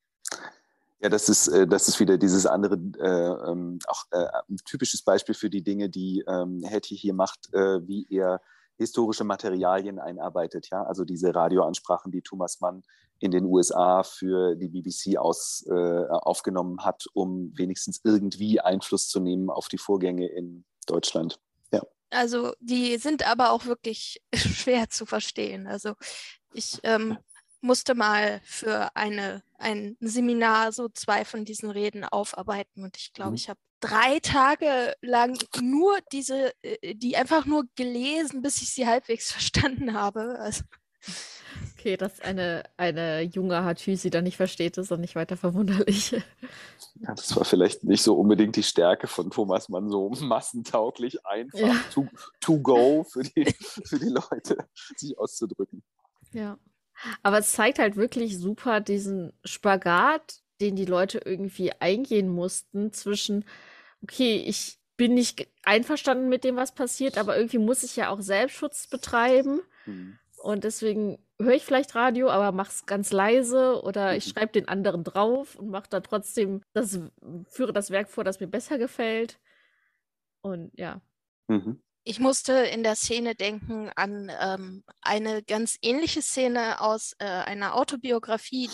Ja, das ist wieder dieses andere, auch ein typisches Beispiel für die Dinge, die Hetty hier macht, wie er historische Materialien einarbeitet. Ja? Also diese Radioansprachen, die Thomas Mann in den USA für die BBC aufgenommen hat, um wenigstens irgendwie Einfluss zu nehmen auf die Vorgänge in Deutschland. Ja. Also die sind aber auch wirklich schwer zu verstehen. Also ich musste mal für ein Seminar so 2 von diesen Reden aufarbeiten und ich glaube, ich habe 3 Tage lang nur die einfach nur gelesen, bis ich sie halbwegs verstanden habe. Also. Okay, dass eine junge Hatüsi dann nicht versteht, ist dann nicht weiter verwunderlich. Ja, das war vielleicht nicht so unbedingt die Stärke von Thomas Mann, so massentauglich einfach to go für die Leute, sich auszudrücken. Ja, aber es zeigt halt wirklich super diesen Spagat, den die Leute irgendwie eingehen mussten zwischen, okay, ich bin nicht einverstanden mit dem, was passiert, aber irgendwie muss ich ja auch Selbstschutz betreiben. Und deswegen höre ich vielleicht Radio, aber mach's ganz leise oder ich schreibe den anderen drauf und mache dann trotzdem führe das Werk vor, das mir besser gefällt. Und ja. Ich musste in der Szene denken an eine ganz ähnliche Szene aus einer Autobiografie,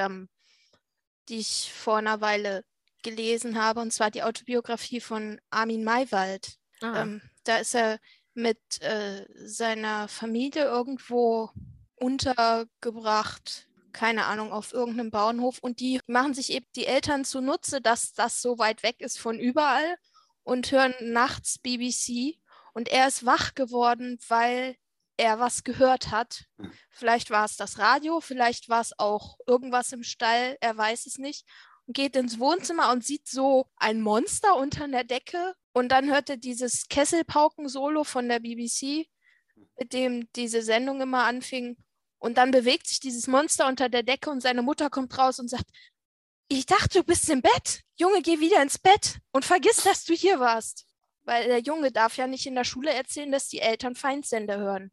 die ich vor einer Weile gelesen habe, und zwar die Autobiografie von Armin Maywald. Da ist er mit seiner Familie irgendwo untergebracht, keine Ahnung, auf irgendeinem Bauernhof, und die machen sich eben die Eltern zunutze, dass das so weit weg ist von überall, und hören nachts BBC, und er ist wach geworden, weil er was gehört hat. Vielleicht war es das Radio, vielleicht war es auch irgendwas im Stall, er weiß es nicht. Und geht ins Wohnzimmer und sieht so ein Monster unter der Decke. Und dann hört er dieses Kesselpauken-Solo von der BBC, mit dem diese Sendung immer anfing. Und dann bewegt sich dieses Monster unter der Decke und seine Mutter kommt raus und sagt, ich dachte, du bist im Bett. Junge, geh wieder ins Bett und vergiss, dass du hier warst. Weil der Junge darf ja nicht in der Schule erzählen, dass die Eltern Feindsender hören.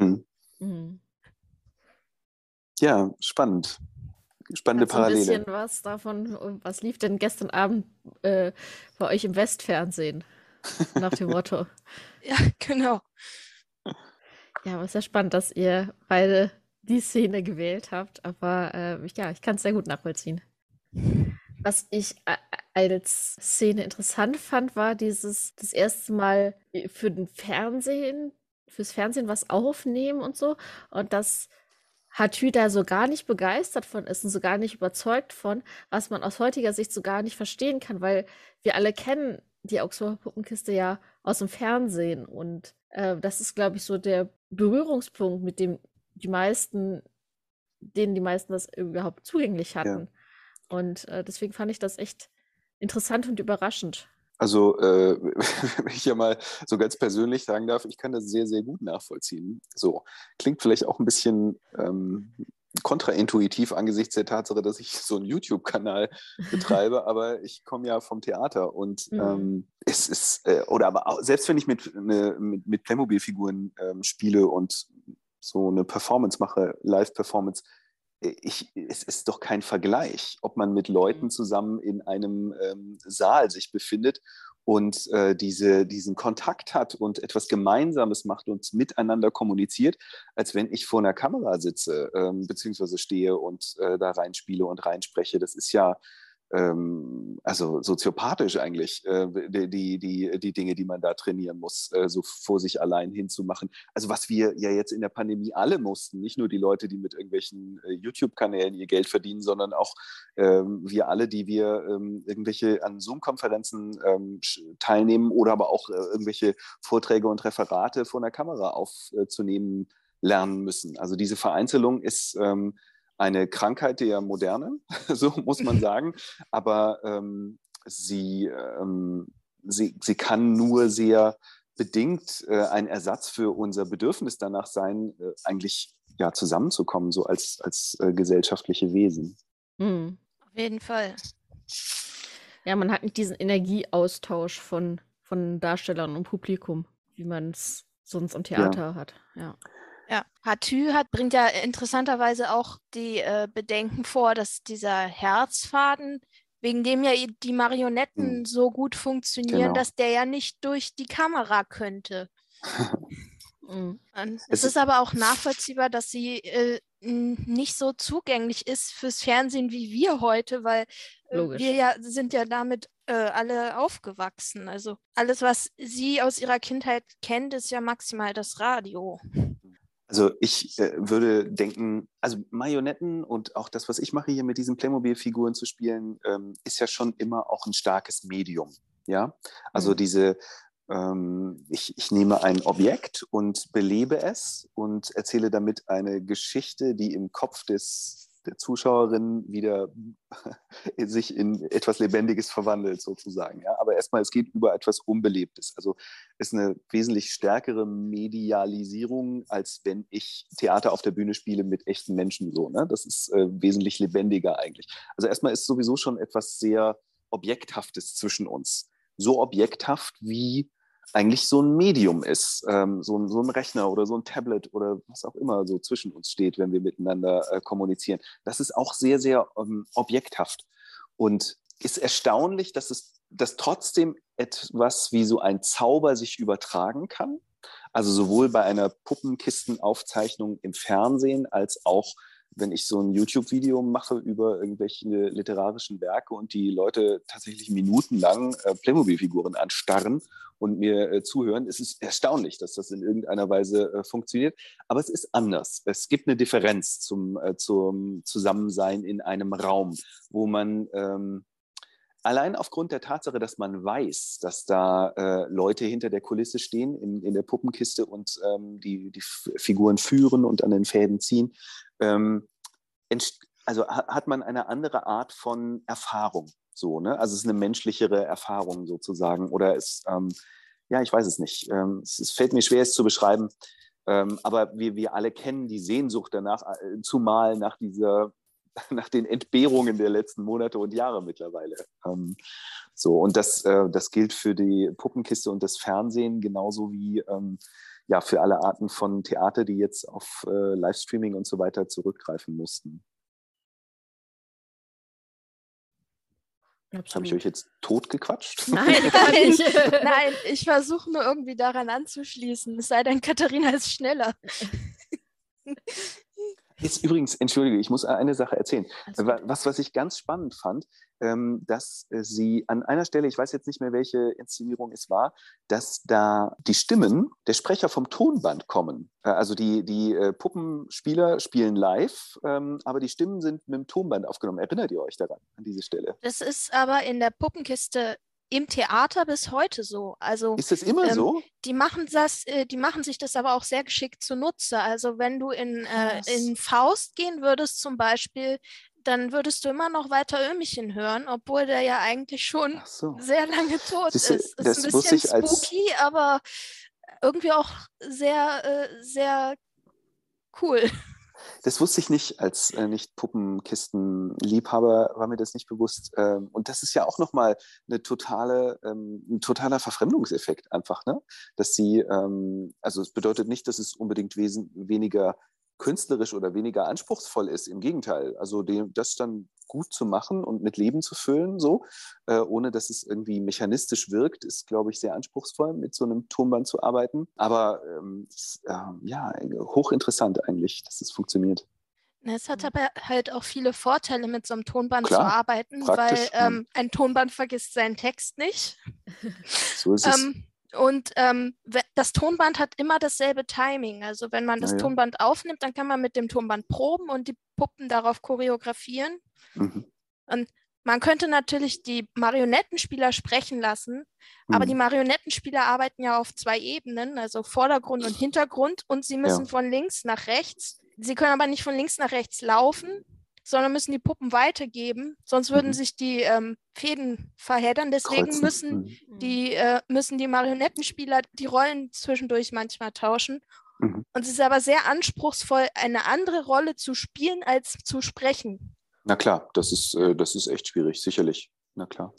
Ja, spannend. Spannende Parallele. Ein bisschen was davon, was lief denn gestern Abend bei euch im Westfernsehen? Nach dem Motto. Ja, genau. Ja, aber es ist ja spannend, dass ihr beide die Szene gewählt habt, aber ja, ich kann es sehr gut nachvollziehen. Was ich als Szene interessant fand, war das erste Mal fürs Fernsehen was aufnehmen und so. Und dass Hatü da so gar nicht begeistert von ist und so gar nicht überzeugt von, was man aus heutiger Sicht so gar nicht verstehen kann, weil wir alle kennen die Augsburger Puppenkiste ja aus dem Fernsehen. Und das ist, glaube ich, so der Berührungspunkt, mit dem denen die meisten das überhaupt zugänglich Ja. hatten. Und deswegen fand ich das echt interessant und überraschend. Also, wenn ich ja mal so ganz persönlich sagen darf, ich kann das sehr, sehr gut nachvollziehen. So, klingt vielleicht auch ein bisschen kontraintuitiv angesichts der Tatsache, dass ich so einen YouTube-Kanal betreibe, aber ich komme ja vom Theater und es ist, oder aber auch, selbst wenn ich mit Playmobil-Figuren spiele und so eine Performance mache, Live-Performance, es ist doch kein Vergleich, ob man mit Leuten zusammen in einem Saal sich befindet und diesen Kontakt hat und etwas Gemeinsames macht und miteinander kommuniziert, als wenn ich vor einer Kamera sitze, beziehungsweise stehe und da reinspiele und reinspreche. Das ist ja also soziopathisch eigentlich, die Dinge, die man da trainieren muss, so vor sich allein hinzumachen. Also was wir ja jetzt in der Pandemie alle mussten, nicht nur die Leute, die mit irgendwelchen YouTube-Kanälen ihr Geld verdienen, sondern auch wir alle, die wir irgendwelche an Zoom-Konferenzen teilnehmen oder aber auch irgendwelche Vorträge und Referate vor einer Kamera aufzunehmen lernen müssen. Also diese Vereinzelung ist eine Krankheit der Moderne, so muss man sagen, aber sie kann nur sehr bedingt ein Ersatz für unser Bedürfnis danach sein, eigentlich ja zusammenzukommen, so als gesellschaftliche Wesen. Mhm. Auf jeden Fall. Ja, man hat nicht diesen Energieaustausch von Darstellern und Publikum, wie man es sonst im Theater hat. Ja. Ja, Hatü bringt ja interessanterweise auch die Bedenken vor, dass dieser Herzfaden, wegen dem ja die Marionetten so gut funktionieren, Genau. dass der ja nicht durch die Kamera könnte. Mhm. Es ist aber auch nachvollziehbar, dass sie nicht so zugänglich ist fürs Fernsehen wie wir heute, weil Logisch. wir sind ja damit alle aufgewachsen. Also alles, was sie aus ihrer Kindheit kennt, ist ja maximal das Radio. Also ich würde denken, also Marionetten und auch das, was ich mache hier mit diesen Playmobil-Figuren zu spielen, ist ja schon immer auch ein starkes Medium. Ja, also ich nehme ein Objekt und belebe es und erzähle damit eine Geschichte, die im Kopf der Zuschauerin wieder sich in etwas Lebendiges verwandelt sozusagen. Ja? Aber erstmal, es geht über etwas Unbelebtes. Also ist eine wesentlich stärkere Medialisierung, als wenn ich Theater auf der Bühne spiele mit echten Menschen. So, ne? Das ist wesentlich lebendiger eigentlich. Also erstmal ist sowieso schon etwas sehr Objekthaftes zwischen uns. So objekthaft wie eigentlich so ein Medium ist, so ein Rechner oder so ein Tablet oder was auch immer so zwischen uns steht, wenn wir miteinander kommunizieren. Das ist auch sehr, sehr objekthaft und ist erstaunlich, dass trotzdem etwas wie so ein Zauber sich übertragen kann. Also sowohl bei einer Puppenkistenaufzeichnung im Fernsehen als auch wenn ich so ein YouTube-Video mache über irgendwelche literarischen Werke und die Leute tatsächlich minutenlang Playmobil-Figuren anstarren und mir zuhören, es ist erstaunlich, dass das in irgendeiner Weise funktioniert. Aber es ist anders. Es gibt eine Differenz zum Zusammensein in einem Raum, wo man allein aufgrund der Tatsache, dass man weiß, dass da Leute hinter der Kulisse stehen in der Puppenkiste und die Figuren führen und an den Fäden ziehen, also hat man eine andere Art von Erfahrung. So, ne? Also es ist eine menschlichere Erfahrung sozusagen. Oder ja, ich weiß es nicht. Es fällt mir schwer, es zu beschreiben. Aber wir alle kennen die Sehnsucht danach, zumal nach den Entbehrungen der letzten Monate und Jahre mittlerweile. So, und das gilt für die Puppenkiste und das Fernsehen genauso wie ja, für alle Arten von Theater, die jetzt auf Livestreaming und so weiter zurückgreifen mussten. Habe ich Absolut. euch jetzt totgequatscht? Nein, gar nicht. Nein, ich versuche nur irgendwie daran anzuschließen. Es sei denn, Katharina ist schneller. Ist übrigens, entschuldige, ich muss eine Sache erzählen. Alles gut. Was ich ganz spannend fand, dass sie an einer Stelle, ich weiß jetzt nicht mehr, welche Inszenierung es war, dass da die Stimmen der Sprecher vom Tonband kommen. Also die Puppenspieler spielen live, aber die Stimmen sind mit dem Tonband aufgenommen. Erinnert ihr euch daran, an diese Stelle? Das ist aber in der Puppenkiste im Theater bis heute so. Also Ist das immer so? die machen sich das aber auch sehr geschickt zunutze. Also wenn du in Faust gehen würdest zum Beispiel, dann würdest du immer noch Walter Oehmichen hören, obwohl der ja eigentlich schon Ach so. sehr lange tot Siehste, ist. Ist das ein wusste bisschen ich spooky, aber irgendwie auch sehr, sehr cool. Das wusste ich nicht, als Nicht-Puppenkisten-Liebhaber war mir das nicht bewusst. Und das ist ja auch nochmal ein totaler Verfremdungseffekt einfach, ne? Dass sie, also es bedeutet nicht, dass es unbedingt weniger künstlerisch oder weniger anspruchsvoll ist. Im Gegenteil, also das dann gut zu machen und mit Leben zu füllen, so, ohne dass es irgendwie mechanistisch wirkt, ist, glaube ich, sehr anspruchsvoll, mit so einem Tonband zu arbeiten. Aber ja, hochinteressant eigentlich, dass es funktioniert. Es hat aber halt auch viele Vorteile, mit so einem Tonband zu Klar, arbeiten, praktisch. weil ein Tonband vergisst seinen Text nicht. So ist es. Und das Tonband hat immer dasselbe Timing. Also wenn man das Naja. Tonband aufnimmt, dann kann man mit dem Tonband proben und die Puppen darauf choreografieren. Mhm. Und man könnte natürlich die Marionettenspieler sprechen lassen, aber die Marionettenspieler arbeiten ja auf 2 Ebenen, also Vordergrund und Hintergrund, und sie müssen von links nach rechts. Sie können aber nicht von links nach rechts laufen, sondern müssen die Puppen weitergeben, sonst würden sich die Fäden verheddern. Deswegen Kreuzen. müssen die Marionettenspieler die Rollen zwischendurch manchmal tauschen. Mhm. Und es ist aber sehr anspruchsvoll, eine andere Rolle zu spielen, als zu sprechen. Na klar, das ist echt schwierig, sicherlich. Na klar.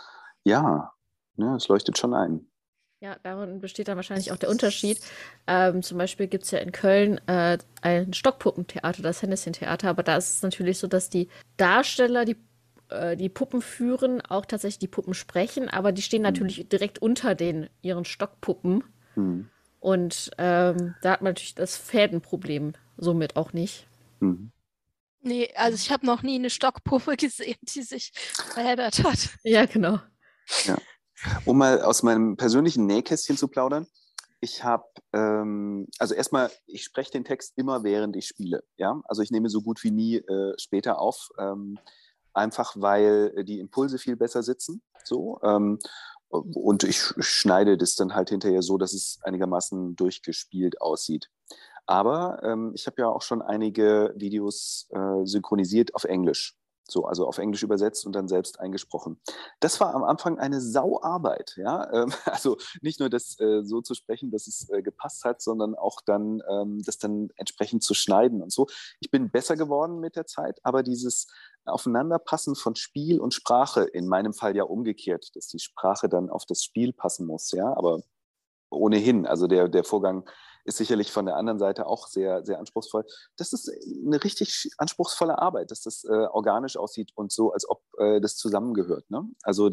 Ja, ne, es leuchtet schon ein. Ja, darin besteht dann wahrscheinlich auch der Unterschied. Zum Beispiel gibt es ja in Köln ein Stockpuppentheater, das Henneschen-Theater, aber da ist es natürlich so, dass die Darsteller, die Puppen führen, auch tatsächlich die Puppen sprechen, aber die stehen natürlich direkt unter ihren Stockpuppen. Mhm. Und da hat man natürlich das Fädenproblem somit auch nicht. Mhm. Nee, also ich habe noch nie eine Stockpuppe gesehen, die sich verheddert hat. Ja, genau. Ja. Um mal aus meinem persönlichen Nähkästchen zu plaudern, ich habe, also erstmal, ich spreche den Text immer, während ich spiele. Ja? Also ich nehme so gut wie nie später auf, einfach weil die Impulse viel besser sitzen. So. Und ich schneide das dann halt hinterher so, dass es einigermaßen durchgespielt aussieht. Aber ich habe ja auch schon einige Videos synchronisiert auf Englisch. So, also auf Englisch übersetzt und dann selbst eingesprochen. Das war am Anfang eine Sauarbeit, ja. Also nicht nur das so zu sprechen, dass es gepasst hat, sondern auch dann das dann entsprechend zu schneiden und so. Ich bin besser geworden mit der Zeit, aber dieses Aufeinanderpassen von Spiel und Sprache, in meinem Fall ja umgekehrt, dass die Sprache dann auf das Spiel passen muss, ja, aber ohnehin, also der Vorgang ist sicherlich von der anderen Seite auch sehr, sehr anspruchsvoll. Das ist eine richtig anspruchsvolle Arbeit, dass das organisch aussieht und so, als ob das zusammengehört. Ne? Also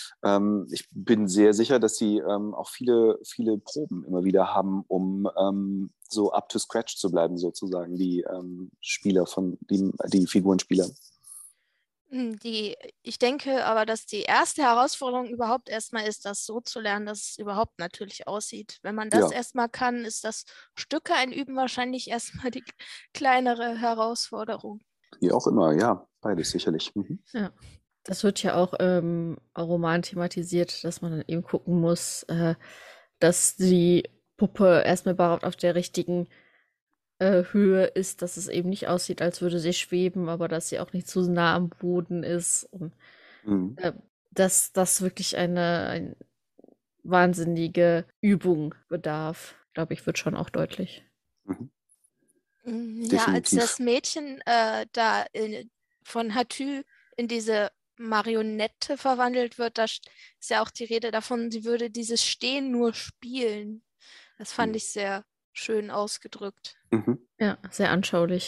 ich bin sehr sicher, dass sie auch viele, viele Proben immer wieder haben, um so up to scratch zu bleiben, sozusagen, die Spieler die Figurenspieler. Ich denke aber, dass die erste Herausforderung überhaupt erstmal ist, das so zu lernen, dass es überhaupt natürlich aussieht. Wenn man das erstmal kann, ist das Stücke einüben wahrscheinlich erstmal die kleinere Herausforderung. Wie auch immer, ja, beides sicherlich. Mhm. Ja, das wird ja auch im Roman thematisiert, dass man dann eben gucken muss, dass die Puppe erstmal überhaupt auf der richtigen Höhe ist, dass es eben nicht aussieht, als würde sie schweben, aber dass sie auch nicht zu nah am Boden ist. Und dass das wirklich eine wahnsinnige Übung bedarf, glaube ich, wird schon auch deutlich. Mhm. Ja, als das Mädchen von Hatü in diese Marionette verwandelt wird, da ist ja auch die Rede davon, sie würde dieses Stehen nur spielen. Das fand ich sehr schön ausgedrückt. Ja, sehr anschaulich.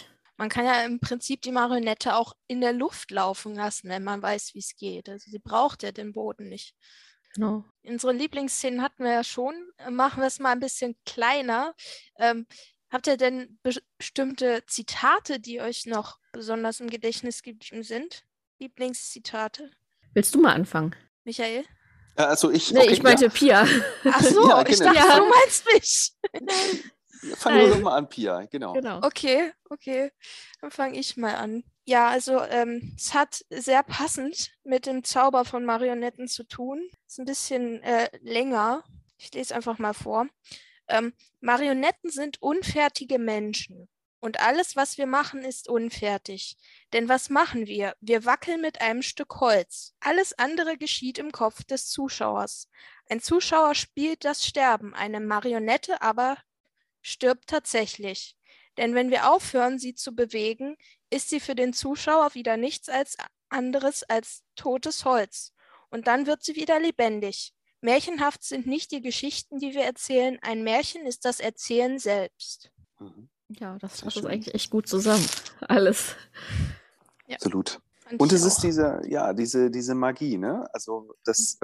Man kann ja im Prinzip die Marionette auch in der Luft laufen lassen, wenn man weiß, wie es geht. Also sie braucht ja den Boden nicht. Genau. Unsere Lieblingsszenen hatten wir ja schon. Machen wir es mal ein bisschen kleiner. Habt ihr denn bestimmte Zitate, die euch noch besonders im Gedächtnis geblieben sind? Lieblingszitate? Willst du mal anfangen? Michael? Also ich, Nee, okay, ich meinte Pia. Ach so, Ja, ich genau. dachte, Ja. du meinst mich. fangen wir doch mal an, Pia, genau. Genau. Okay. Dann fange ich mal an. Ja, also es hat sehr passend mit dem Zauber von Marionetten zu tun. Ist ein bisschen länger. Ich lese einfach mal vor. Marionetten sind unfertige Menschen. Und alles, was wir machen, ist unfertig. Denn was machen wir? Wir wackeln mit einem Stück Holz. Alles andere geschieht im Kopf des Zuschauers. Ein Zuschauer spielt das Sterben, eine Marionette aber stirbt tatsächlich. Denn wenn wir aufhören, sie zu bewegen, ist sie für den Zuschauer wieder nichts anderes als totes Holz. Und dann wird sie wieder lebendig. Märchenhaft sind nicht die Geschichten, die wir erzählen. Ein Märchen ist das Erzählen selbst. Mhm. Ja, das Sehr fasst es schön. eigentlich echt gut zusammen. Alles. Ja. Absolut. Fand Und ich es ist auch. diese Magie, ne? Also, dass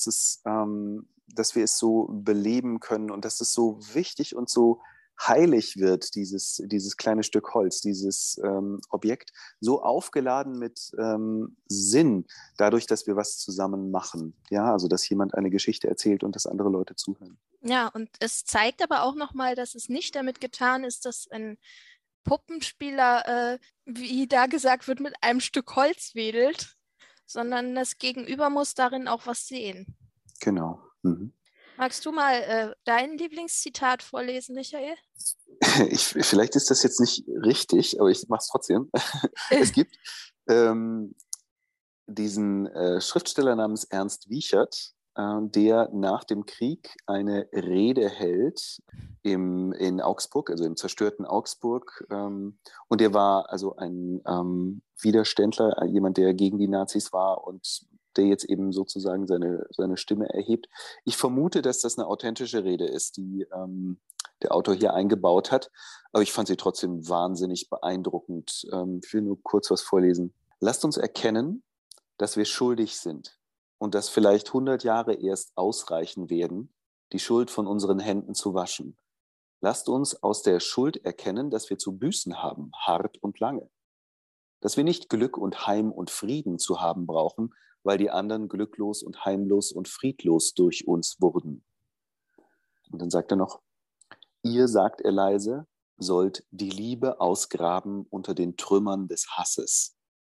wir es so beleben können und dass es so wichtig und so heilig wird, dieses kleine Stück Holz, dieses Objekt, so aufgeladen mit Sinn, dadurch, dass wir was zusammen machen. Ja, also dass jemand eine Geschichte erzählt und dass andere Leute zuhören. Ja, und es zeigt aber auch nochmal, dass es nicht damit getan ist, dass ein Puppenspieler, wie da gesagt wird, mit einem Stück Holz wedelt, sondern das Gegenüber muss darin auch was sehen. Genau. Mhm. Magst du mal dein Lieblingszitat vorlesen, Michael? Vielleicht ist das jetzt nicht richtig, aber ich mache es trotzdem. Es gibt diesen Schriftsteller namens Ernst Wiechert, der nach dem Krieg eine Rede hält in Augsburg, also im zerstörten Augsburg. Und der war also ein Widerständler, jemand, der gegen die Nazis war und der jetzt eben sozusagen seine Stimme erhebt. Ich vermute, dass das eine authentische Rede ist, die der Autor hier eingebaut hat. Aber ich fand sie trotzdem wahnsinnig beeindruckend. Ich will nur kurz was vorlesen. Lasst uns erkennen, dass wir schuldig sind und dass vielleicht 100 Jahre erst ausreichen werden, die Schuld von unseren Händen zu waschen. Lasst uns aus der Schuld erkennen, dass wir zu büßen haben, hart und lange. Dass wir nicht Glück und Heim und Frieden zu haben brauchen, weil die anderen glücklos und heimlos und friedlos durch uns wurden. Und dann sagt er noch, ihr, sagt er leise, sollt die Liebe ausgraben unter den Trümmern des Hasses.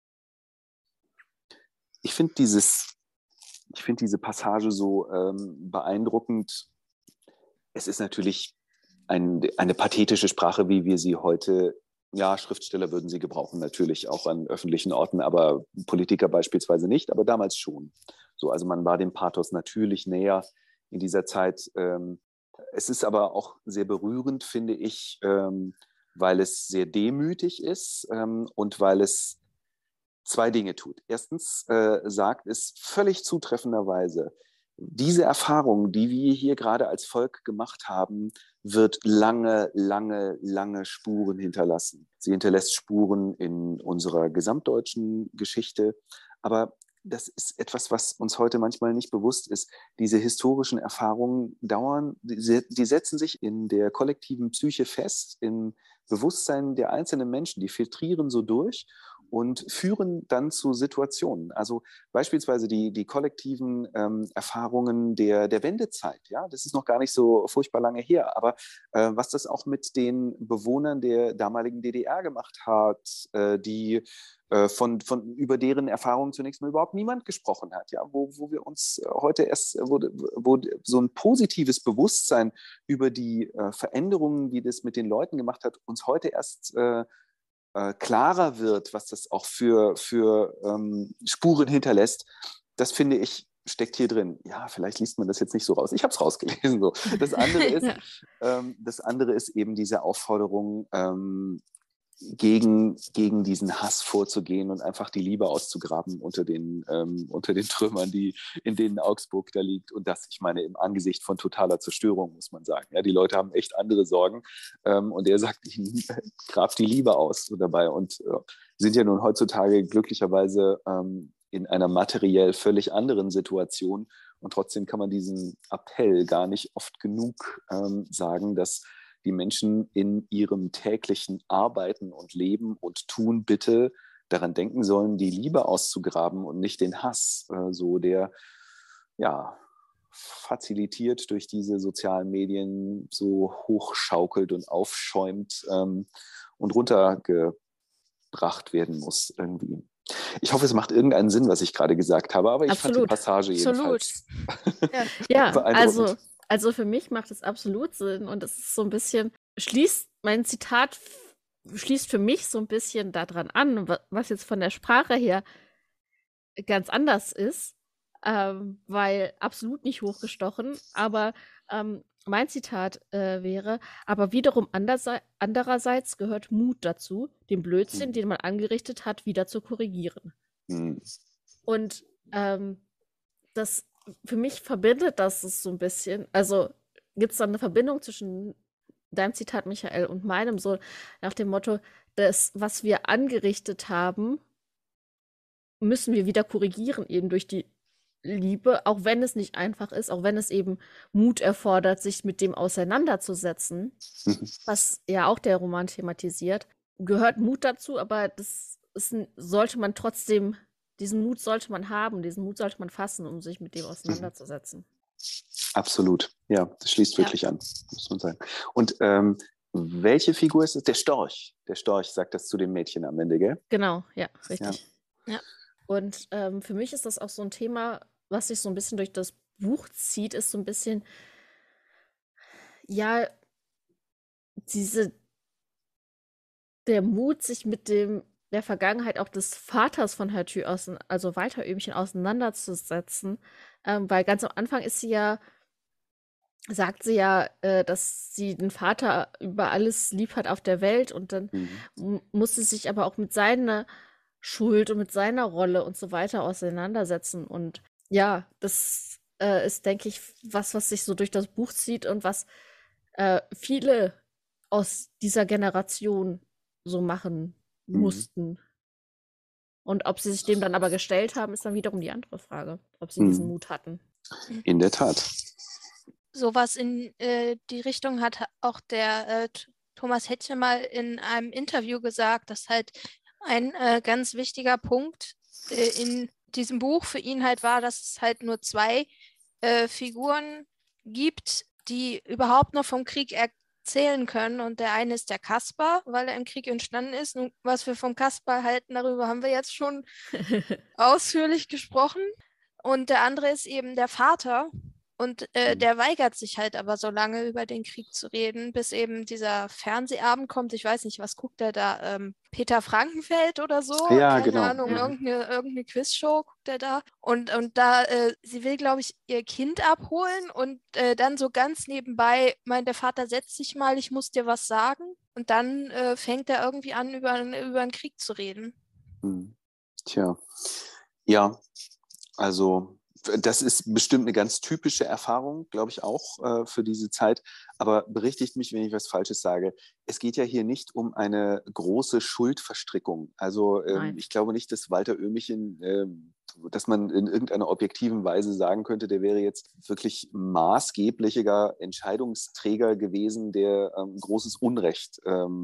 Ich finde diese Passage so beeindruckend. Es ist natürlich eine pathetische Sprache, wie wir sie heute, ja, Schriftsteller würden sie gebrauchen, natürlich auch an öffentlichen Orten, aber Politiker beispielsweise nicht, aber damals schon. So, also man war dem Pathos natürlich näher in dieser Zeit. Es ist aber auch sehr berührend, finde ich, weil es sehr demütig ist und weil es zwei Dinge tut. Erstens sagt es völlig zutreffenderweise, diese Erfahrung, die wir hier gerade als Volk gemacht haben, wird lange, lange, lange Spuren hinterlassen. Sie hinterlässt Spuren in unserer gesamtdeutschen Geschichte, aber das ist etwas, was uns heute manchmal nicht bewusst ist. Diese historischen Erfahrungen die setzen sich in der kollektiven Psyche fest, im Bewusstsein der einzelnen Menschen, die filtrieren so durch und führen dann zu Situationen. Also beispielsweise die kollektiven Erfahrungen der Wendezeit. Ja, das ist noch gar nicht so furchtbar lange her. Aber was das auch mit den Bewohnern der damaligen DDR gemacht hat, die über deren Erfahrungen zunächst mal überhaupt niemand gesprochen hat, ja, wo wir uns heute erst, wo so ein positives Bewusstsein über die Veränderungen, die das mit den Leuten gemacht hat, uns heute erst klarer wird, was das auch für Spuren hinterlässt, das finde ich, steckt hier drin. Ja, vielleicht liest man das jetzt nicht so raus. Ich habe es rausgelesen. So. Das andere ist eben diese Aufforderung, gegen diesen Hass vorzugehen und einfach die Liebe auszugraben unter den Trümmern, in denen Augsburg da liegt. Und das, ich meine, im Angesicht von totaler Zerstörung, muss man sagen. Ja, die Leute haben echt andere Sorgen. Und er sagt ihnen, grabt die Liebe aus dabei. Und sind ja nun heutzutage glücklicherweise in einer materiell völlig anderen Situation. Und trotzdem kann man diesen Appell gar nicht oft genug sagen, dass die Menschen in ihrem täglichen Arbeiten und Leben und Tun bitte daran denken sollen, die Liebe auszugraben und nicht den Hass, so der ja facilitiert durch diese sozialen Medien so hochschaukelt und aufschäumt und runtergebracht werden muss irgendwie. Ich hoffe, es macht irgendeinen Sinn, was ich gerade gesagt habe, aber ich fand die Passage jedenfalls Ja, beeindruckend. also für mich macht es absolut Sinn und es ist so ein bisschen, mein Zitat schließt für mich so ein bisschen daran an, was jetzt von der Sprache her ganz anders ist, weil absolut nicht hochgestochen, aber mein Zitat wäre, aber wiederum andererseits gehört Mut dazu, den Blödsinn, den man angerichtet hat, wieder zu korrigieren. Und das für mich verbindet das so ein bisschen, also gibt es da eine Verbindung zwischen deinem Zitat, Michael, und meinem, so nach dem Motto, das, was wir angerichtet haben, müssen wir wieder korrigieren, eben durch die Liebe, auch wenn es nicht einfach ist, auch wenn es eben Mut erfordert, sich mit dem auseinanderzusetzen, was ja auch der Roman thematisiert, gehört Mut dazu, aber sollte man trotzdem, diesen Mut sollte man haben, diesen Mut sollte man fassen, um sich mit dem auseinanderzusetzen. Absolut, ja, das schließt wirklich an, muss man sagen. Und welche Figur ist es? Der Storch. Der Storch sagt das zu dem Mädchen am Ende, gell? Genau, ja, richtig. Ja. Und für mich ist das auch so ein Thema, was sich so ein bisschen durch das Buch zieht, ist so ein bisschen, ja, der Mut, sich mit der Vergangenheit auch des Vaters von Hertue, also Walter Öhmchen, auseinanderzusetzen. Weil ganz am Anfang sagt sie ja, dass sie den Vater über alles lieb hat auf der Welt und dann muss sie sich aber auch mit seiner Schuld und mit seiner Rolle und so weiter auseinandersetzen. Und ja, das ist, denke ich, was sich so durch das Buch zieht und was viele aus dieser Generation so machen mussten. Und ob sie sich dem dann aber gestellt haben, ist dann wiederum die andere Frage, ob sie diesen Mut hatten. In der Tat. Sowas in die Richtung hat auch der Thomas Hettche mal in einem Interview gesagt, dass halt ein ganz wichtiger Punkt in diesem Buch für ihn halt war, dass es halt nur zwei Figuren gibt, die überhaupt noch vom Krieg erzählen können. Und der eine ist der Kaspar, weil er im Krieg entstanden ist. Und was wir vom Kaspar halten, darüber haben wir jetzt schon ausführlich gesprochen. Und der andere ist eben der Vater. Und der weigert sich halt aber so lange über den Krieg zu reden, bis eben dieser Fernsehabend kommt. Ich weiß nicht, was guckt er da? Peter Frankenfeld oder so? Ja, Keine genau. Ahnung, irgendeine Quizshow guckt er da. Und da, sie will, glaube ich, ihr Kind abholen und dann so ganz nebenbei meint der Vater, setz dich mal, ich muss dir was sagen. Und dann fängt er irgendwie an, über einen Krieg zu reden. Tja, ja, also das ist bestimmt eine ganz typische Erfahrung, glaube ich auch, für diese Zeit. Aber berichtigt mich, wenn ich was Falsches sage. Es geht ja hier nicht um eine große Schuldverstrickung. Also ich glaube nicht, dass Walter Oehmichen, dass man in irgendeiner objektiven Weise sagen könnte, der wäre jetzt wirklich maßgeblicher Entscheidungsträger gewesen, der großes Unrecht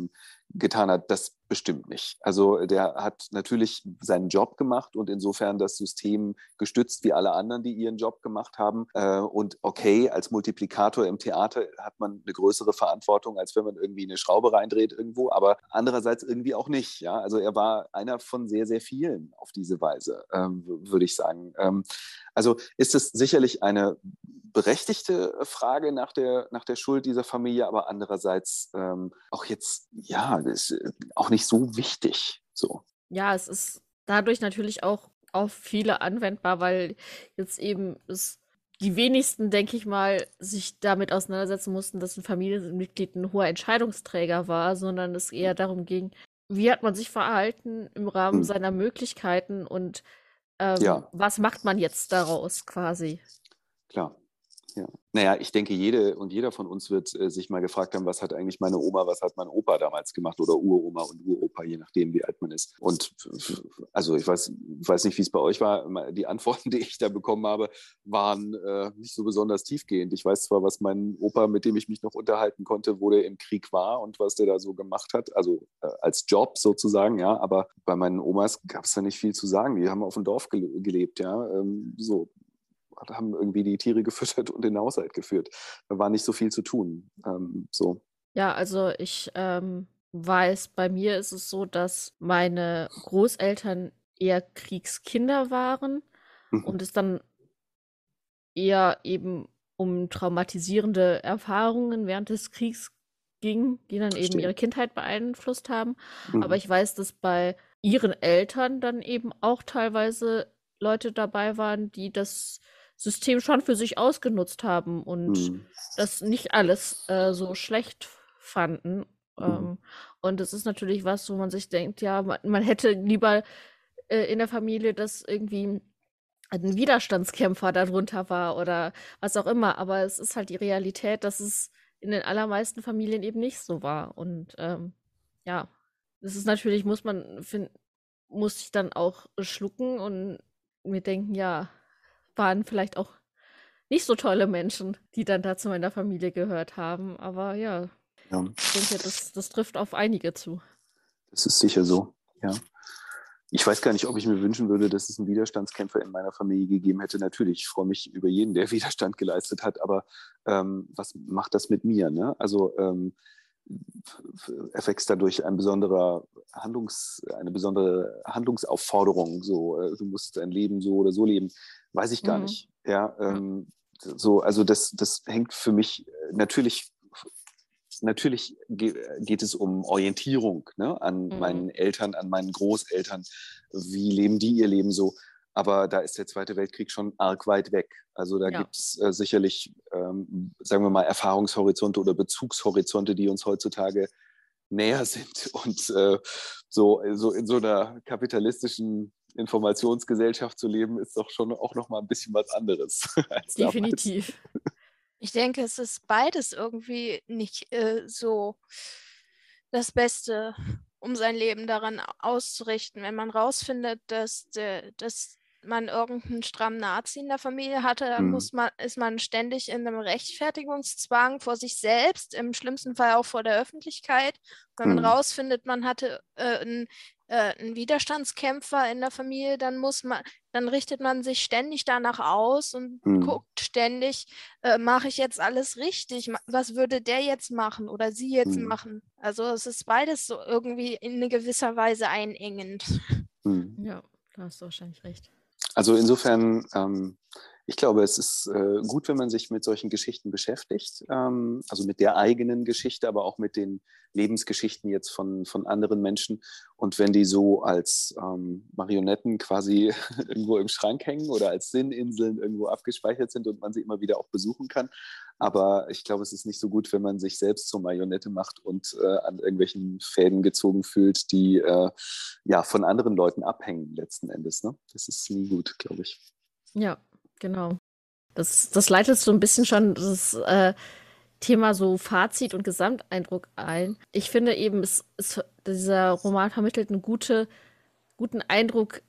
getan hat. Das bestimmt nicht. Also der hat natürlich seinen Job gemacht und insofern das System gestützt wie alle anderen, die ihren Job gemacht haben. Und okay, als Multiplikator im Theater hat man eine größere Verantwortung, als wenn man irgendwie eine Schraube reindreht irgendwo, aber andererseits irgendwie auch nicht. Ja? Also er war einer von sehr, sehr vielen auf diese Weise, würde ich sagen. Also ist es sicherlich eine berechtigte Frage nach der Schuld dieser Familie, aber andererseits auch jetzt, ja, das ist auch nicht so wichtig. So. Ja, es ist dadurch natürlich auch auf viele anwendbar, weil jetzt eben die wenigsten, denke ich mal, sich damit auseinandersetzen mussten, dass ein Familienmitglied ein hoher Entscheidungsträger war, sondern es eher darum ging, wie hat man sich verhalten im Rahmen Hm. seiner Möglichkeiten und Ja, was macht man jetzt daraus quasi? klar. Ja. Naja, ich denke, jede und jeder von uns wird sich mal gefragt haben, was hat eigentlich meine Oma, was hat mein Opa damals gemacht oder Uroma und Uropa, je nachdem, wie alt man ist. Und also ich weiß nicht, wie es bei euch war. Die Antworten, die ich da bekommen habe, waren nicht so besonders tiefgehend. Ich weiß zwar, was mein Opa, mit dem ich mich noch unterhalten konnte, wo der im Krieg war und was der da so gemacht hat, also als Job sozusagen, ja, aber bei meinen Omas gab es da nicht viel zu sagen. Die haben auf dem Dorf gelebt, ja, so haben irgendwie die Tiere gefüttert und den Haushalt geführt. Da war nicht so viel zu tun. So. Ja, also ich weiß, bei mir ist es so, dass meine Großeltern eher Kriegskinder waren Mhm. und es dann eher eben um traumatisierende Erfahrungen während des Kriegs ging, die dann eben ihre Verstehe. Kindheit beeinflusst haben. Aber Mhm. ich weiß, dass bei ihren Eltern dann eben auch teilweise Leute dabei waren, die das System schon für sich ausgenutzt haben und Mhm. das nicht alles so schlecht fanden. Mhm. Und das ist natürlich was, wo man sich denkt, ja, man hätte lieber in der Familie, dass irgendwie ein Widerstandskämpfer darunter war oder was auch immer. Aber es ist halt die Realität, dass es in den allermeisten Familien eben nicht so war. Und ja, das ist natürlich, muss ich dann auch schlucken und mir denken, ja, waren vielleicht auch nicht so tolle Menschen, die dann da zu meiner Familie gehört haben. Aber ja, Ja, ich denke, das trifft auf einige zu. das ist sicher so. Ja. Ich weiß gar nicht, ob ich mir wünschen würde, dass es einen Widerstandskämpfer in meiner Familie gegeben hätte. Natürlich, ich freue mich über jeden, der Widerstand geleistet hat, aber was macht das mit mir? Ne? Also erwächst dadurch eine besondere Handlungsaufforderung. So, du musst dein Leben so oder so leben. Weiß ich gar Mhm. nicht. Ja, Ja. so, also das hängt für mich natürlich geht es um Orientierung, ne, an Mhm. meinen Eltern, an meinen Großeltern. Wie leben die ihr Leben so? Aber da ist der Zweite Weltkrieg schon arg weit weg. Also da Ja, gibt es sicherlich, sagen wir mal, Erfahrungshorizonte oder Bezugshorizonte, die uns heutzutage näher sind. Und so in so einer kapitalistischen Informationsgesellschaft zu leben, ist doch schon auch noch mal ein bisschen was anderes als damals. definitiv. Ich denke, es ist beides irgendwie nicht so das Beste, um sein Leben daran auszurichten. Wenn man rausfindet, dass man irgendeinen strammen Nazi in der Familie hatte, dann Hm. ist man ständig in einem Rechtfertigungszwang vor sich selbst, im schlimmsten Fall auch vor der Öffentlichkeit. Wenn man Hm. rausfindet, man hatte einen Widerstandskämpfer in der Familie, dann richtet man sich ständig danach aus und Hm. guckt ständig, mache ich jetzt alles richtig? Was würde der jetzt machen oder sie jetzt Hm. machen? Also es ist beides so irgendwie in eine gewisser Weise einengend. Hm. Ja, da hast du wahrscheinlich recht. Also insofern, ich glaube, es ist gut, wenn man sich mit solchen Geschichten beschäftigt, also mit der eigenen Geschichte, aber auch mit den Lebensgeschichten jetzt von anderen Menschen. Und wenn die so als Marionetten quasi irgendwo im Schrank hängen oder als Sinninseln irgendwo abgespeichert sind und man sie immer wieder auch besuchen kann. Aber ich glaube, es ist nicht so gut, wenn man sich selbst zur Marionette macht und an irgendwelchen Fäden gezogen fühlt, die ja von anderen Leuten abhängen letzten Endes. Ne? Das ist nie gut, glaube ich. Ja, genau. Das leitet so ein bisschen schon das Thema so Fazit und Gesamteindruck ein. Ich finde eben, dieser Roman vermittelt einen guten Eindruck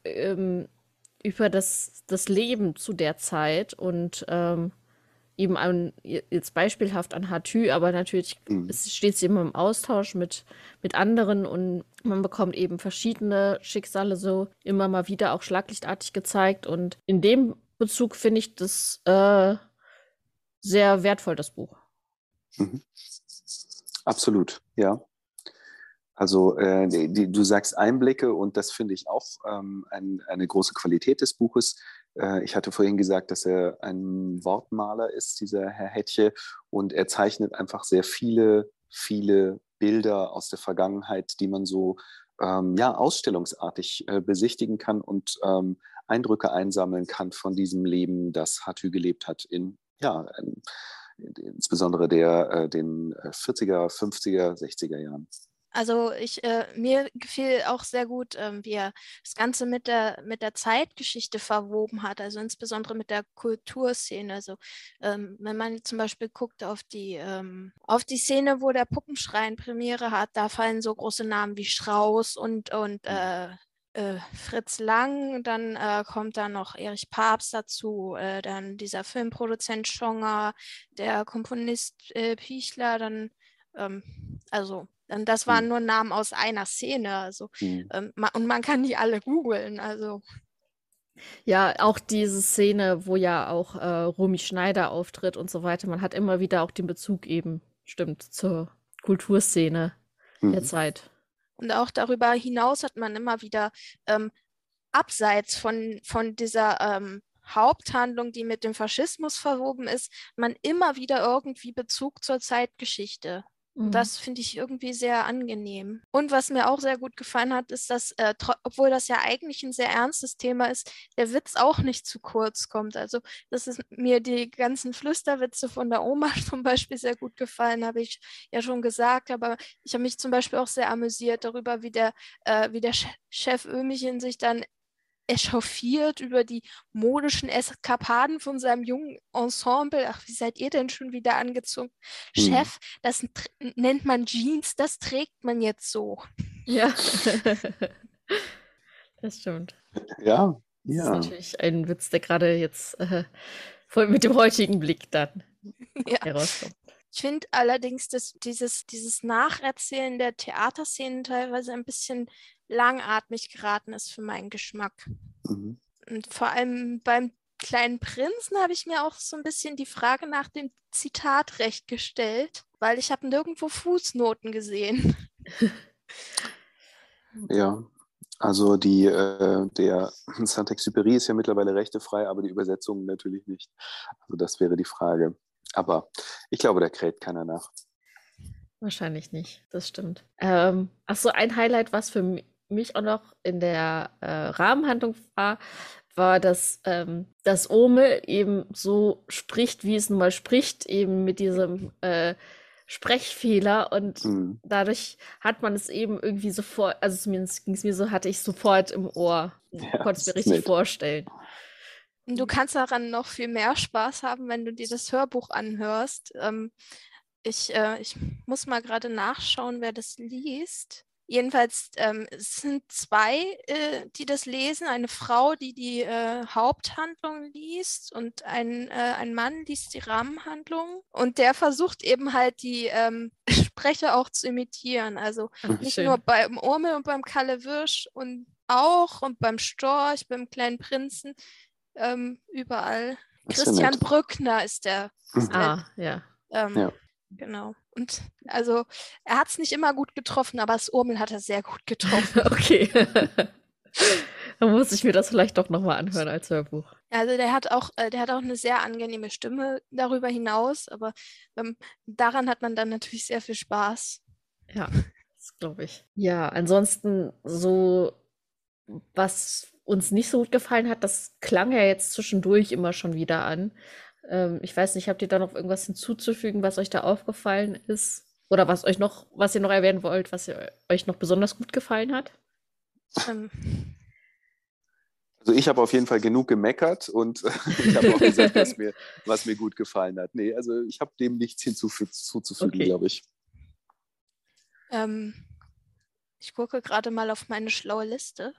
über das Leben zu der Zeit und eben jetzt beispielhaft an Hatü, aber natürlich Mhm. steht sie immer im Austausch mit anderen und man bekommt eben verschiedene Schicksale so immer mal wieder auch schlaglichtartig gezeigt. Und in dem Bezug finde ich das sehr wertvoll, das Buch. Mhm. Absolut, ja. Also du sagst Einblicke und das finde ich auch eine große Qualität des Buches. Ich hatte vorhin gesagt, dass er ein Wortmaler ist, dieser Herr Hetje, und er zeichnet einfach sehr viele Bilder aus der Vergangenheit, die man so ja, ausstellungsartig besichtigen kann und Eindrücke einsammeln kann von diesem Leben, das Hatü gelebt hat in ja, insbesondere den 40er, 50er, 60er Jahren. Also mir gefiel auch sehr gut, wie er das Ganze mit der Zeitgeschichte verwoben hat, also insbesondere mit der Kulturszene. Also wenn man zum Beispiel guckt auf die Szene, wo der Puppenschrein Premiere hat, da fallen so große Namen wie Strauss und Fritz Lang, dann kommt da noch Erich Papst dazu, dann dieser Filmproduzent Schonger, der Komponist Pichler, dann das waren nur Namen aus einer Szene, also und man kann die alle googeln, also Ja, auch diese Szene, wo ja auch Romy Schneider auftritt und so weiter. Man hat immer wieder auch den Bezug eben, stimmt, zur Kulturszene der Zeit. und auch darüber hinaus hat man immer wieder abseits von dieser Haupthandlung, die mit dem Faschismus verwoben ist, man immer wieder irgendwie Bezug zur Zeitgeschichte. Und das finde ich irgendwie sehr angenehm. Und was mir auch sehr gut gefallen hat, ist, dass, obwohl das ja eigentlich ein sehr ernstes Thema ist, der Witz auch nicht zu kurz kommt. Also, dass es mir die ganzen Flüsterwitze von der Oma zum Beispiel sehr gut gefallen, habe ich ja schon gesagt. Aber ich habe mich zum Beispiel auch sehr amüsiert darüber, wie der Chef Öhmchen sich dann echauffiert über die modischen Eskapaden von seinem jungen Ensemble. Ach, wie seid ihr denn schon wieder angezogen? Chef, das nennt man Jeans, das trägt man jetzt so. Ja, das stimmt. Ja, Das ist natürlich ein Witz, der gerade jetzt voll mit dem heutigen Blick dann herauskommt. Ich finde allerdings, dass dieses Nacherzählen der Theaterszenen teilweise ein bisschen langatmig geraten ist für meinen Geschmack. Und vor allem beim Kleinen Prinzen habe ich mir auch so ein bisschen die Frage nach dem Zitatrecht gestellt, weil ich habe nirgendwo Fußnoten gesehen. Ja, also der Saint-Exupéry ist ja mittlerweile rechtefrei, aber die Übersetzung natürlich nicht. Also das wäre die Frage. Aber ich glaube, da kräht keiner nach. Wahrscheinlich nicht, das stimmt. Ach so, ein Highlight, was für mich auch noch in der Rahmenhandlung war, dass Ome eben so spricht, wie es nun mal spricht, eben mit diesem Sprechfehler und dadurch hat man es eben irgendwie sofort, also zumindest ging es mir so, hatte ich sofort im Ohr, konnte es mir richtig vorstellen. Du kannst daran noch viel mehr Spaß haben, wenn du dir das Hörbuch anhörst. Ich muss mal gerade nachschauen, wer das liest. Jedenfalls, es sind zwei, die das lesen. Eine Frau, die Haupthandlung liest und ein Mann liest die Rahmenhandlung. Und der versucht eben halt die Sprecher auch zu imitieren. Also nicht nur beim Urmel und beim Kalle Wirsch und beim Storch, beim Kleinen Prinzen, überall. Christian Brückner ist der. Ja. Genau. Und also er hat es nicht immer gut getroffen, aber das Urmel hat er sehr gut getroffen. Okay. Dann muss ich mir das vielleicht doch nochmal anhören als Hörbuch. Also der hat auch eine sehr angenehme Stimme darüber hinaus, aber daran hat man dann natürlich sehr viel Spaß. Ja, das glaube ich. Ja, ansonsten so, was uns nicht so gut gefallen hat, das klang ja jetzt zwischendurch immer schon wieder an. Ich weiß nicht, habt ihr da noch irgendwas hinzuzufügen, was euch da aufgefallen ist? Oder was ihr noch erwähnen wollt, was euch noch besonders gut gefallen hat? Also ich habe auf jeden Fall genug gemeckert und ich habe auch gesagt, was mir gut gefallen hat. Nee, also ich habe dem nichts hinzuzufügen, glaube ich. Ich gucke gerade mal auf meine schlaue Liste.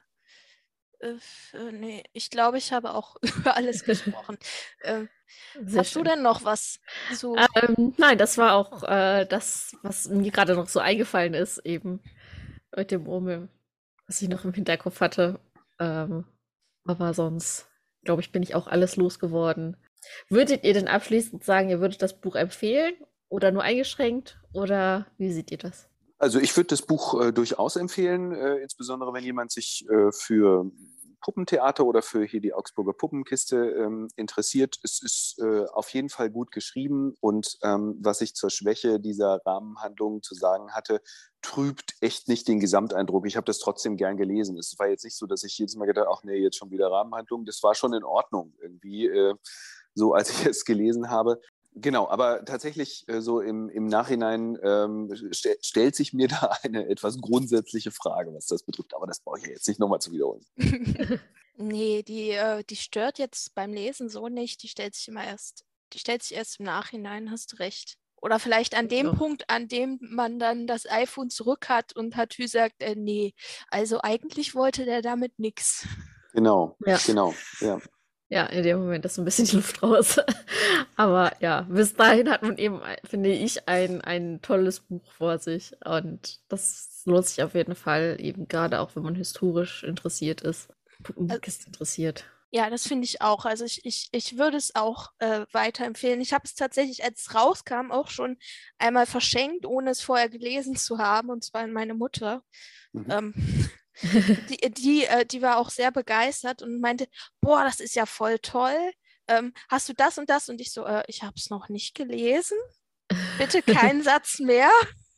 Nee, ich glaube, ich habe auch über alles gesprochen. Hast du denn noch was zu? Nein, das war auch das, was mir gerade noch so eingefallen ist, eben mit dem Urmel, was ich noch im Hinterkopf hatte. Aber sonst, glaube ich, bin ich auch alles losgeworden. Würdet ihr denn abschließend sagen, ihr würdet das Buch empfehlen oder nur eingeschränkt? Oder wie seht ihr das? Also ich würde das Buch durchaus empfehlen, insbesondere wenn jemand sich für Puppentheater oder für hier die Augsburger Puppenkiste interessiert. Es ist auf jeden Fall gut geschrieben und was ich zur Schwäche dieser Rahmenhandlung zu sagen hatte, trübt echt nicht den Gesamteindruck. Ich habe das trotzdem gern gelesen. Es war jetzt nicht so, dass ich jedes Mal gedacht habe, ach nee, jetzt schon wieder Rahmenhandlung. Das war schon in Ordnung irgendwie, so als ich es gelesen habe. Genau, aber tatsächlich so im Nachhinein stellt sich mir da eine etwas grundsätzliche Frage, was das betrifft. Aber das brauche ich ja jetzt nicht nochmal zu wiederholen. Nee, die stört jetzt beim Lesen so nicht. Die stellt sich erst im Nachhinein, hast du recht. Oder vielleicht an dem Punkt, an dem man dann das iPhone zurück hat und Hatü sagt, nee, also eigentlich wollte der damit nichts. Genau, Ja. genau, ja. Ja, in dem Moment ist so ein bisschen die Luft raus. Aber ja, bis dahin hat man eben, finde ich, ein tolles Buch vor sich. Und das lohnt sich auf jeden Fall, eben gerade auch, wenn man historisch interessiert ist, Puppenkiste interessiert. Ja, das finde ich auch. Also ich würde es auch weiterempfehlen. Ich habe es tatsächlich, als es rauskam, auch schon einmal verschenkt, ohne es vorher gelesen zu haben, und zwar an meine Mutter. Mhm. Die war auch sehr begeistert und meinte, boah, das ist ja voll toll. Hast du das und das? Und ich so, ich habe es noch nicht gelesen. Bitte keinen Satz mehr.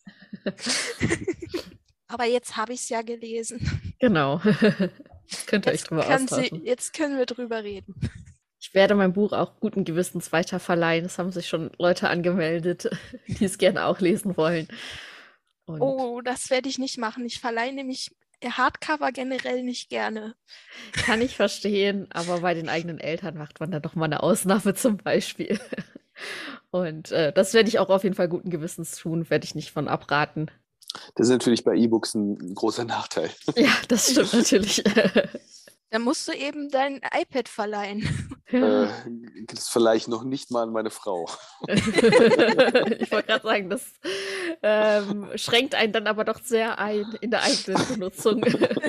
Aber jetzt habe ich es ja gelesen. Genau. Könnt ihr euch drüber austauschen. Jetzt können wir drüber reden. Ich werde mein Buch auch guten Gewissens weiter verleihen. Es haben sich schon Leute angemeldet, die es gerne auch lesen wollen. Und Oh, das werde ich nicht machen. Ich verleihe nämlich Hardcover generell nicht gerne. kann ich verstehen, aber bei den eigenen Eltern macht man dann doch mal eine Ausnahme zum Beispiel. Und das werde ich auch auf jeden Fall guten Gewissens tun, werde ich nicht von abraten. Das ist natürlich bei E-Books ein großer Nachteil. Ja, das stimmt natürlich. Dann musst du eben dein iPad verleihen. Das verleihe ich noch nicht mal an meine Frau. Ich wollte gerade sagen, das schränkt einen dann aber doch sehr ein in der eigenen Benutzung.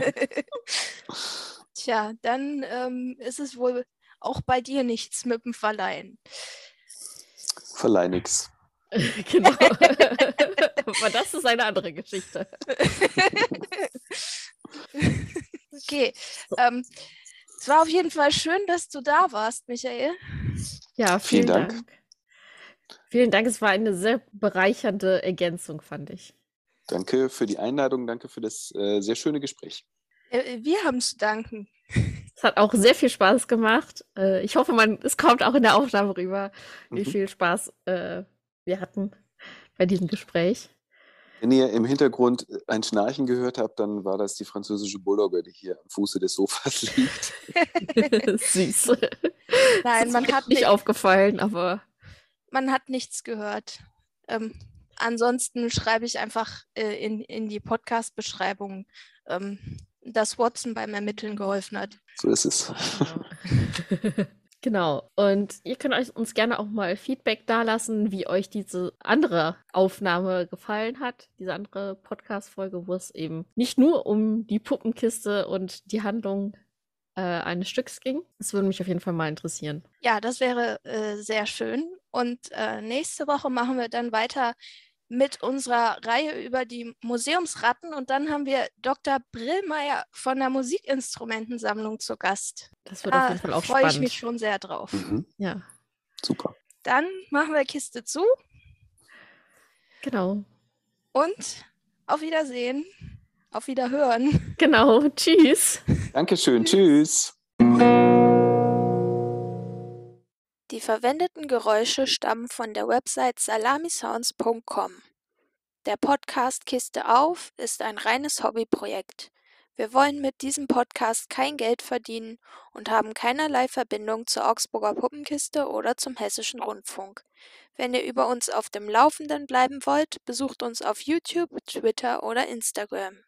Tja, dann ist es wohl auch bei dir nichts mit dem Verleihen. Verleih nix. Genau. Aber das ist eine andere Geschichte. Okay. Es war auf jeden Fall schön, dass du da warst, Michael. Ja, Vielen vielen Dank. Dank. Vielen Dank, es war eine sehr bereichernde Ergänzung, fand ich. Danke für die Einladung, danke für das sehr schöne Gespräch. Wir haben zu danken. Es hat auch sehr viel Spaß gemacht. Ich hoffe, es kommt auch in der Aufnahme rüber, wie viel Spaß wir hatten bei diesem Gespräch. Wenn ihr im Hintergrund ein Schnarchen gehört habt, dann war das die französische Bulldogge, die hier am Fuße des Sofas liegt. Süß. Nein, man hat nicht aufgefallen, aber man hat nichts gehört. Ansonsten schreibe ich einfach in die Podcast-Beschreibung, dass Watson beim Ermitteln geholfen hat. So ist es. Genau. Und ihr könnt uns gerne auch mal Feedback dalassen, wie euch diese andere Aufnahme gefallen hat, diese andere Podcast-Folge, wo es eben nicht nur um die Puppenkiste und die Handlung eines Stücks ging. Das würde mich auf jeden Fall mal interessieren. Ja, das wäre sehr schön. Und nächste Woche machen wir dann weiter mit unserer Reihe über die Museumsratten und dann haben wir Dr. Brillmeier von der Musikinstrumentensammlung zu Gast. Das wird auf jeden Fall auch freue spannend. Ich mich schon sehr drauf. Ja. Super. Dann machen wir Kiste zu. Genau. Und auf Wiedersehen. Auf Wiederhören. Genau. Tschüss. Dankeschön. Tschüss. Die verwendeten Geräusche stammen von der Website salamisounds.com. Der Podcast Kiste auf ist ein reines Hobbyprojekt. Wir wollen mit diesem Podcast kein Geld verdienen und haben keinerlei Verbindung zur Augsburger Puppenkiste oder zum Hessischen Rundfunk. Wenn ihr über uns auf dem Laufenden bleiben wollt, besucht uns auf YouTube, Twitter oder Instagram.